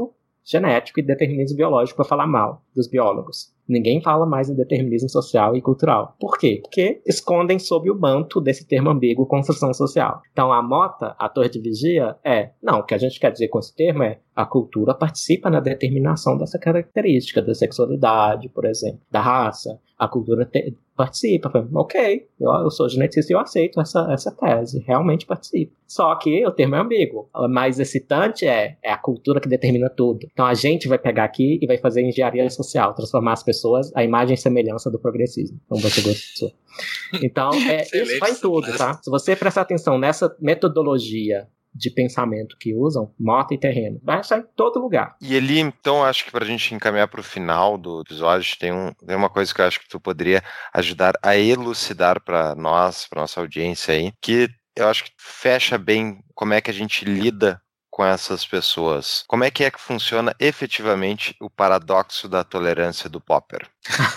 C: genético e determinismo biológico para falar mal dos biólogos. Ninguém fala mais em determinismo social e cultural. Por quê? Porque escondem sob o manto desse termo ambíguo construção social. Então a Mota, a torre de vigia, é... Não, o que a gente quer dizer com esse termo é a cultura participa na determinação dessa característica, da sexualidade, por exemplo, da raça. A cultura te- participa. Ok, eu, eu sou geneticista e eu aceito essa, essa tese. Realmente participa. Só que o termo é ambíguo. O mais excitante é, é a cultura que determina tudo. Então a gente vai pegar aqui e vai fazer engenharia social, transformar as pessoas à imagem e semelhança do progressismo. Então você gostou. Então, é, isso vai em tudo, tá? Se você prestar atenção nessa metodologia de pensamento que usam, Mota e Terreno, vai achar em todo lugar.
B: E ali, então, acho que pra gente encaminhar pro final do episódio, tem, um, tem uma coisa que eu acho que tu poderia ajudar a elucidar pra nós, pra nossa audiência aí, que eu acho que fecha bem como é que a gente lida com essas pessoas. Como é que é que funciona efetivamente o paradoxo da tolerância do Popper?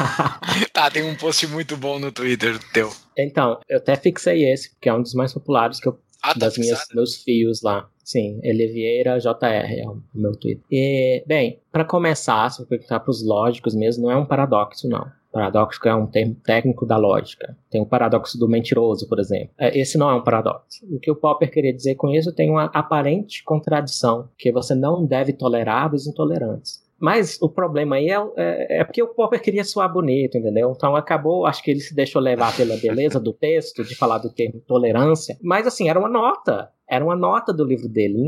A: Tá, tem um post muito bom no Twitter teu.
C: Então, eu até fixei esse, porque é um dos mais populares que eu,
A: Ah, tá
C: das minhas, meus fios lá. Sim, Elevieira J R é o meu Twitter. E, bem, para começar, se eu perguntar para os lógicos mesmo, não é um paradoxo, não. Paradoxo é um termo técnico da lógica. Tem o paradoxo do mentiroso, por exemplo. Esse não é um paradoxo. O que o Popper queria dizer com isso tem uma aparente contradição, que você não deve tolerar os intolerantes. Mas o problema aí é, é, é porque o Popper queria soar bonito, entendeu? Então acabou, acho que ele se deixou levar pela beleza do texto, de falar do termo tolerância. Mas assim, era uma nota. Era uma nota do livro dele.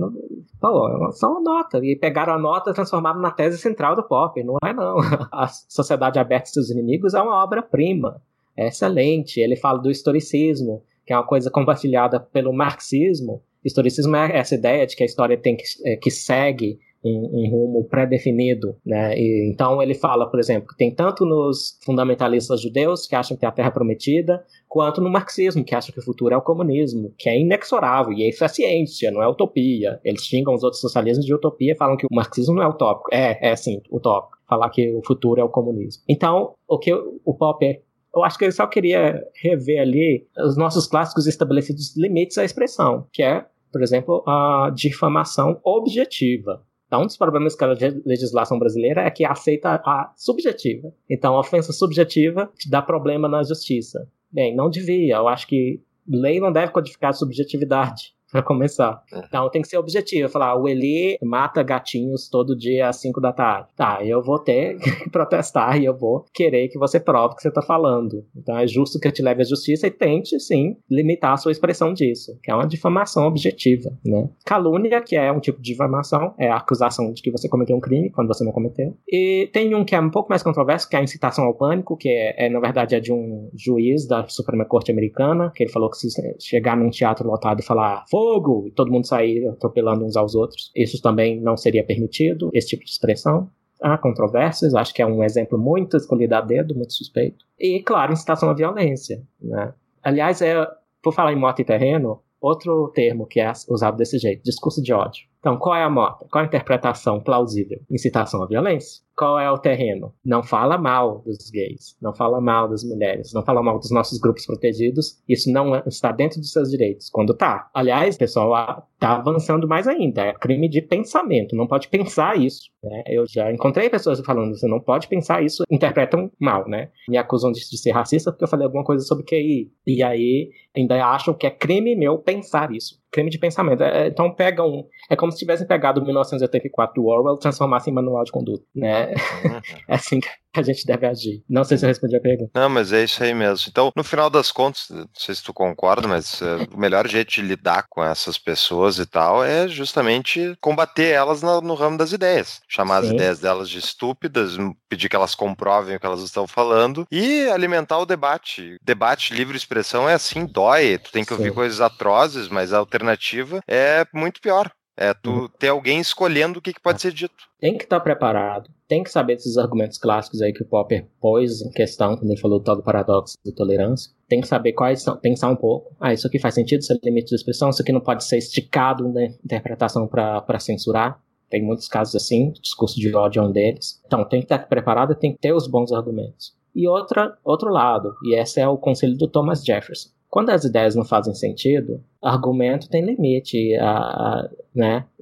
C: Pô, só uma nota. E pegaram a nota e transformaram na tese central do Popper. Não é, não. A Sociedade Aberta e Seus Inimigos é uma obra-prima. É excelente. Ele fala do historicismo, que é uma coisa compartilhada pelo marxismo. Historicismo é essa ideia de que a história tem que, é, que segue Um, um rumo pré-definido, né? E, então ele fala, por exemplo, que tem tanto nos fundamentalistas judeus que acham que é a Terra prometida, quanto no marxismo, que acha que o futuro é o comunismo, que é inexorável, e isso é ciência, não é utopia. Eles xingam os outros socialismos de utopia, falam que o marxismo não é utópico. É, é sim, utópico. Falar que o futuro é o comunismo. Então, o que o Popper... Eu acho que ele só queria rever ali os nossos clássicos estabelecidos limites à expressão, que é, por exemplo, a difamação objetiva. Então, um dos problemas com a legislação brasileira é que aceita a subjetiva. Então, a ofensa subjetiva te dá problema na justiça. Bem, não devia. Eu acho que lei não deve codificar a subjetividade, para começar. Então, tem que ser objetivo. Falar, o Eli mata gatinhos todo dia às cinco da tarde. Tá, eu vou ter que protestar e eu vou querer que você prove o que você está falando. Então, é justo que eu te leve à justiça e tente, sim, limitar a sua expressão disso, que é uma difamação objetiva, né? Calúnia, que é um tipo de difamação, é a acusação de que você cometeu um crime quando você não cometeu. E tem um que é um pouco mais controverso, que é a incitação ao pânico, que é, é na verdade, é de um juiz da Suprema Corte Americana, que ele falou que se chegar num teatro lotado e falar fogo, e todo mundo sair atropelando uns aos outros, isso também não seria permitido, esse tipo de expressão. Há controvérsias, acho que é um exemplo muito escolhido a dedo, muito suspeito. E, claro, incitação à violência, né? Aliás, é, por falar em Mota e Terreno, outro termo que é usado desse jeito, discurso de ódio. Então, qual é a Mota? Qual é a interpretação plausível? Incitação à violência. Qual é o Terreno? Não fala mal dos gays, não fala mal das mulheres, não fala mal dos nossos grupos protegidos. Isso não está dentro dos seus direitos. Quando tá. Aliás, o pessoal tá avançando mais ainda. É crime de pensamento. Não pode pensar isso, né? Eu já encontrei pessoas falando, você não pode pensar isso. Interpretam mal, né? Me acusam de, de ser racista porque eu falei alguma coisa sobre Q I. E aí ainda acham que é crime meu pensar isso. Crime de pensamento. É, então pegam... É como se tivessem pegado mil novecentos e oitenta e quatro do Orwell e transformassem em manual de conduta, né? Uhum. É assim que a gente deve agir. Não sei se eu respondi a pergunta.
B: Não, mas é isso aí mesmo. Então, no final das contas, não sei se tu concorda, mas uh, o melhor jeito de lidar com essas pessoas e tal é justamente combater elas no, no ramo das ideias. Chamar Sim. as ideias delas de estúpidas, pedir que elas comprovem o que elas estão falando e alimentar o debate. Debate, livre expressão é assim, dói. Tu tem que Sim. ouvir coisas atrozes, mas a alternativa é muito pior. É tu uhum. ter alguém escolhendo o que, que pode ser dito.
C: Tem que estar preparado, tem que saber desses argumentos clássicos aí que o Popper pôs em questão, quando ele falou do tal do paradoxo de tolerância. Tem que saber quais são, pensar um pouco. Ah, isso aqui faz sentido, isso é limite de expressão, isso aqui não pode ser esticado na interpretação para censurar. Tem muitos casos assim, o discurso de ódio é um deles. Então, tem que estar preparado, tem que ter os bons argumentos. E outra, outro lado, e esse é o conselho do Thomas Jefferson. Quando as ideias não fazem sentido, argumento tem limite, a, a, né?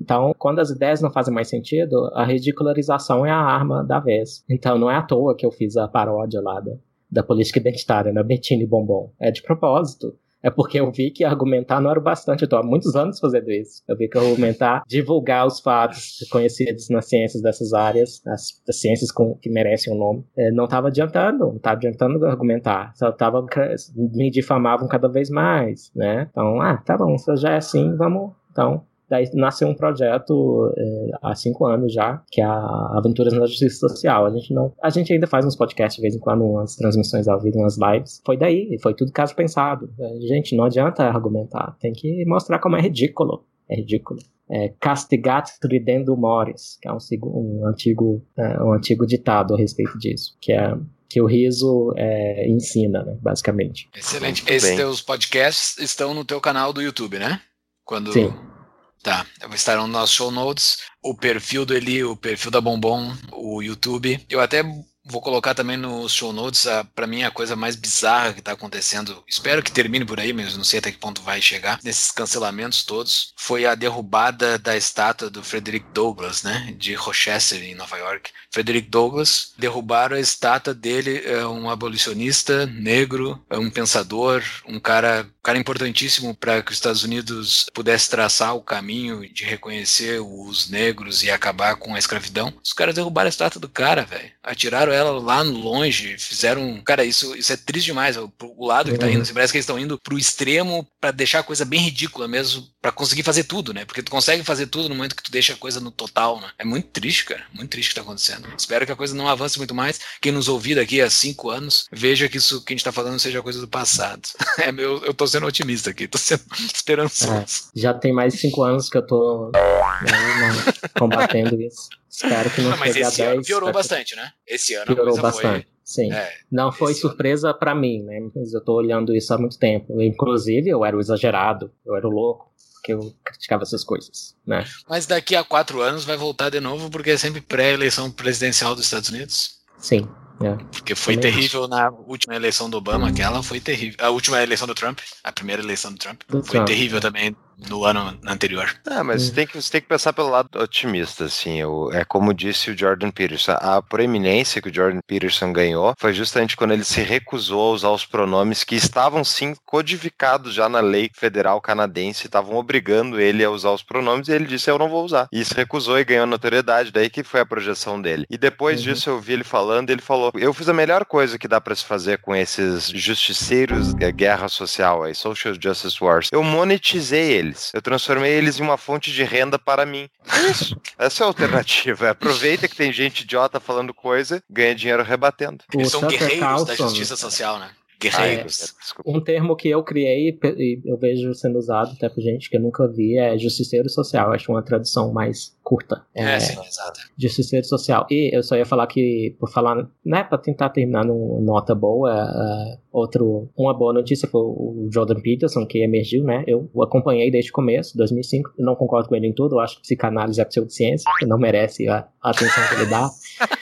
C: Então, quando as ideias não fazem mais sentido, a ridicularização é a arma da vez. Então, não é à toa que eu fiz a paródia lá da, da política identitária, né? Bettini Bombom. É de propósito. É porque eu vi que argumentar não era o bastante. Eu tô há muitos anos fazendo isso. Eu vi que argumentar, divulgar os fatos conhecidos nas ciências dessas áreas, as, as ciências com, que merecem o um nome, é, não estava adiantando. Não estava adiantando argumentar. Só tava, me difamavam cada vez mais, né? Então, ah, tá bom, se já é assim, vamos... Então... Daí nasceu um projeto é, há cinco anos já, que é a Aventuras na Justiça Social. A gente, não, a gente ainda faz uns podcasts de vez em quando, umas transmissões ao vivo, umas lives. Foi daí, foi tudo caso pensado. É, gente, não adianta argumentar, tem que mostrar como é ridículo. É ridículo. É, castigat ridendo mores, que é um, um, antigo, é, um antigo ditado a respeito disso, que é... que o riso é, ensina, né, basicamente.
A: Excelente. Esses teus podcasts estão no teu canal do YouTube, né? Quando...
C: Sim.
A: Tá, estarão nos nossos show notes, o perfil do Eli, o perfil da Bombom, o YouTube. Eu até vou colocar também nos show notes, a, pra mim, a coisa mais bizarra que tá acontecendo, espero que termine por aí, mas não sei até que ponto vai chegar, nesses cancelamentos todos, foi a derrubada da estátua do Frederick Douglass, né, de Rochester, em Nova York. Frederick Douglass, derrubaram a estátua dele, é um abolicionista negro, é um pensador, um cara, um cara importantíssimo para que os Estados Unidos pudesse traçar o caminho de reconhecer os negros e acabar com a escravidão. Os caras derrubaram a estátua do cara, velho. Atiraram ela lá no longe, fizeram... Cara, isso, isso é triste demais. O, o lado que tá indo, parece que eles estão indo pro extremo pra deixar a coisa bem ridícula mesmo, pra conseguir fazer tudo, né? Porque tu consegue fazer tudo no momento que tu deixa a coisa no total, né? É muito triste, cara. Muito triste o que tá acontecendo. Espero que a coisa não avance muito mais. Quem nos ouvir daqui a cinco anos, veja que isso que a gente tá falando seja coisa do passado. É, eu, eu tô sendo otimista aqui, tô sendo esperançoso.
C: É, já tem mais de cinco anos que eu tô né, né, combatendo isso. Espero que não, não chegue a dez.
A: Ano piorou bastante, né? Esse ano
C: piorou
A: a coisa
C: bastante.
A: Foi...
C: Sim.
A: É,
C: não foi surpresa ano. Pra mim, né? Mas eu tô olhando isso há muito tempo. Eu, inclusive, eu era o exagerado, eu era o louco, porque eu criticava essas coisas, né?
A: Mas daqui a quatro anos vai voltar de novo, porque é sempre pré-eleição presidencial dos Estados Unidos.
C: Sim. É.
A: Porque foi Também terrível acho. Na última eleição do Obama, aquela foi terrível. A última eleição do Trump, a primeira eleição do Trump, do foi Trump. terrível também no ano anterior.
B: Ah, mas hum. você, tem que, você tem que pensar pelo lado otimista, assim, o, é como disse o Jordan Peterson, a proeminência que o Jordan Peterson ganhou foi justamente quando ele se recusou a usar os pronomes que estavam sim codificados já na lei federal canadense, estavam obrigando ele a usar os pronomes, e ele disse, eu não vou usar. E se recusou e ganhou notoriedade, daí que foi a projeção dele. E depois uhum. disso eu vi ele falando, ele falou, eu fiz a melhor coisa que dá pra se fazer com esses justiceiros da guerra social, aí, social justice wars, eu monetizei ele. Eu transformei eles em uma fonte de renda para mim. Isso. Essa é a alternativa. Aproveita que tem gente idiota falando coisa, ganha dinheiro rebatendo.
A: Eles são guerreiros Carlson, da justiça social, né? Guerreiros.
C: Ah, é. Um termo que eu criei e eu vejo sendo usado até por gente que eu nunca vi é justiceiro social. Acho uma tradução mais curta.
A: É, é sim, exato.
C: Justiceiro social. E eu só ia falar que, por falar, né, pra tentar terminar numa nota boa, uh, outro, uma boa notícia foi o Jordan Peterson, que emergiu, né? Eu o acompanhei desde o começo, dois mil e cinco. Eu não concordo com ele em tudo. Eu acho que psicanálise é pseudociência, que não merece a, a atenção que ele dá.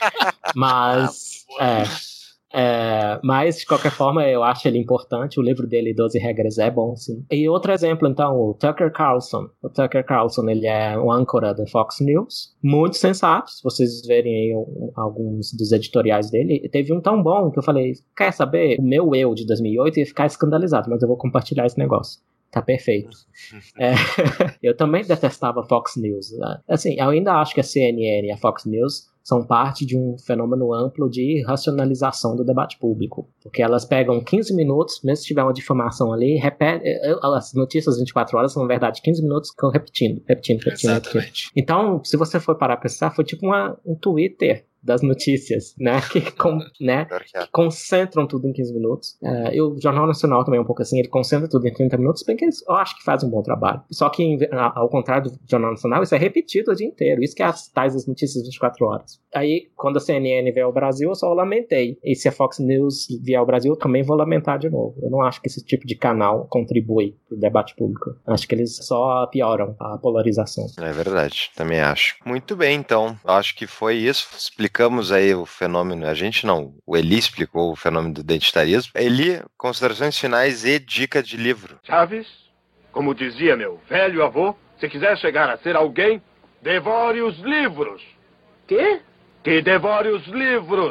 C: Mas, é... É, mas, de qualquer forma, eu acho ele importante. O livro dele, doze Regras, é bom, sim. E outro exemplo, então, o Tucker Carlson. O Tucker Carlson, ele é um âncora da Fox News. Muito sensato, se vocês verem aí um, alguns dos editoriais dele. E teve um tão bom que eu falei, quer saber? O meu eu de dois mil e oito ia ficar escandalizado, mas eu vou compartilhar esse negócio. Tá perfeito. É, eu também detestava a Fox News. Né? Assim, eu ainda acho que a C N N e a Fox News são parte de um fenômeno amplo de racionalização do debate público. Porque elas pegam quinze minutos, mesmo se tiver uma difamação ali, repete, as notícias vinte e quatro horas são, na verdade, quinze minutos ficam repetindo, repetindo, repetindo.
A: Exatamente.
C: repetindo. Então, se você for parar pra pensar, foi tipo uma, um Twitter das notícias, né, que, com, né, que concentram tudo em quinze minutos. Uh, e o Jornal Nacional também é um pouco assim, ele concentra tudo em trinta minutos, bem que eles, eu acho que fazem um bom trabalho. Só que, em, ao contrário do Jornal Nacional, isso é repetido o dia inteiro, isso que é as tais as notícias vinte e quatro horas. Aí, quando a C N N veio ao Brasil, eu só lamentei. E se a Fox News vier ao Brasil, eu também vou lamentar de novo. Eu não acho que esse tipo de canal contribui pro debate público. Acho que eles só pioram a polarização.
B: É verdade, também acho. Muito bem, então. Acho que foi isso. Explicamos aí o fenômeno, a gente não, o Eli explicou o fenômeno do identitarismo. Eli, considerações finais e dica de livro.
G: Chaves, como dizia meu velho avô, se quiser chegar a ser alguém, Devore os livros.
D: Quê?
G: Que devore os livros.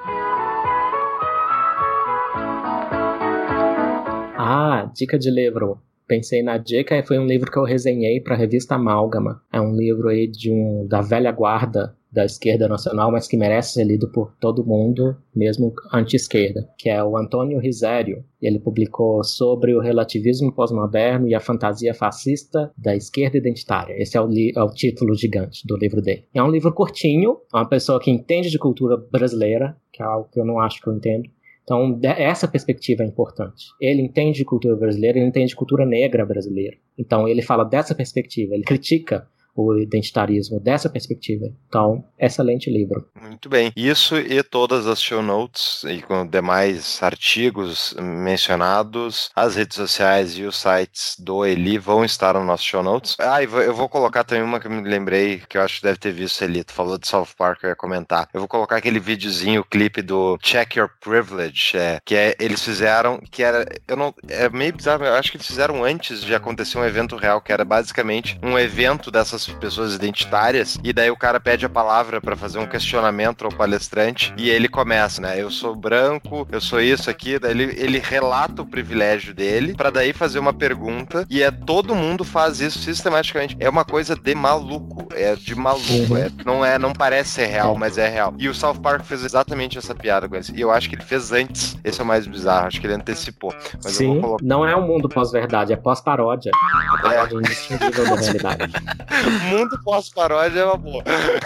C: Ah, dica de livro. Pensei na dica e foi um livro que eu resenhei para a revista Amálgama. É um livro aí de um, da velha guarda da esquerda nacional, mas que merece ser lido por todo mundo, mesmo anti-esquerda, que é o Antônio Risério. Ele publicou sobre o relativismo pós-moderno e a fantasia fascista da esquerda identitária. Esse é o, li- é o título gigante do livro dele. É um livro curtinho, uma pessoa que entende de cultura brasileira, que é algo que eu não acho que eu entendo. Então, essa perspectiva é importante. Ele entende de cultura brasileira, ele entende de cultura negra brasileira. Então, ele fala dessa perspectiva, ele critica o identitarismo dessa perspectiva. Então, excelente livro.
B: Muito bem. Isso e todas as show notes e com demais artigos mencionados, as redes sociais e os sites do Eli vão estar no nosso show notes. Ah, e eu vou colocar também uma que eu me lembrei, que eu acho que deve ter visto, Eli. Tu falou de South Park, eu ia comentar. Eu vou colocar aquele videozinho, o clipe do Check Your Privilege, é, que é, eles fizeram, que era, eu não, é meio bizarro, eu acho que eles fizeram antes de acontecer um evento real, que era basicamente um evento dessas pessoas identitárias, e daí o cara pede a palavra pra fazer um questionamento ao palestrante, e ele começa, né, eu sou branco, eu sou isso aqui, daí ele, ele relata o privilégio dele, pra daí fazer uma pergunta, e é todo mundo faz isso sistematicamente, é uma coisa de maluco, é de maluco, é, não, é, não parece ser real, mas é real, e o South Park fez exatamente essa piada com ele, e eu acho que ele fez antes, esse é o mais bizarro, acho que ele antecipou, mas
C: Sim,
B: eu vou colocar...
C: não é um mundo pós-verdade, é pós-paródia, é paródia indistinguível da realidade.
B: Mundo pós-paródia é uma boa.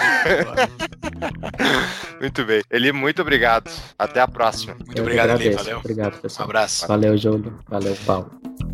B: Muito bem. Eli, muito obrigado. Até a próxima.
A: Muito
C: Eu
A: obrigado, Eli.
C: agradeço.
A: Valeu.
C: Obrigado, pessoal.
A: Um abraço.
C: Valeu, Júlio. Valeu, Paulo.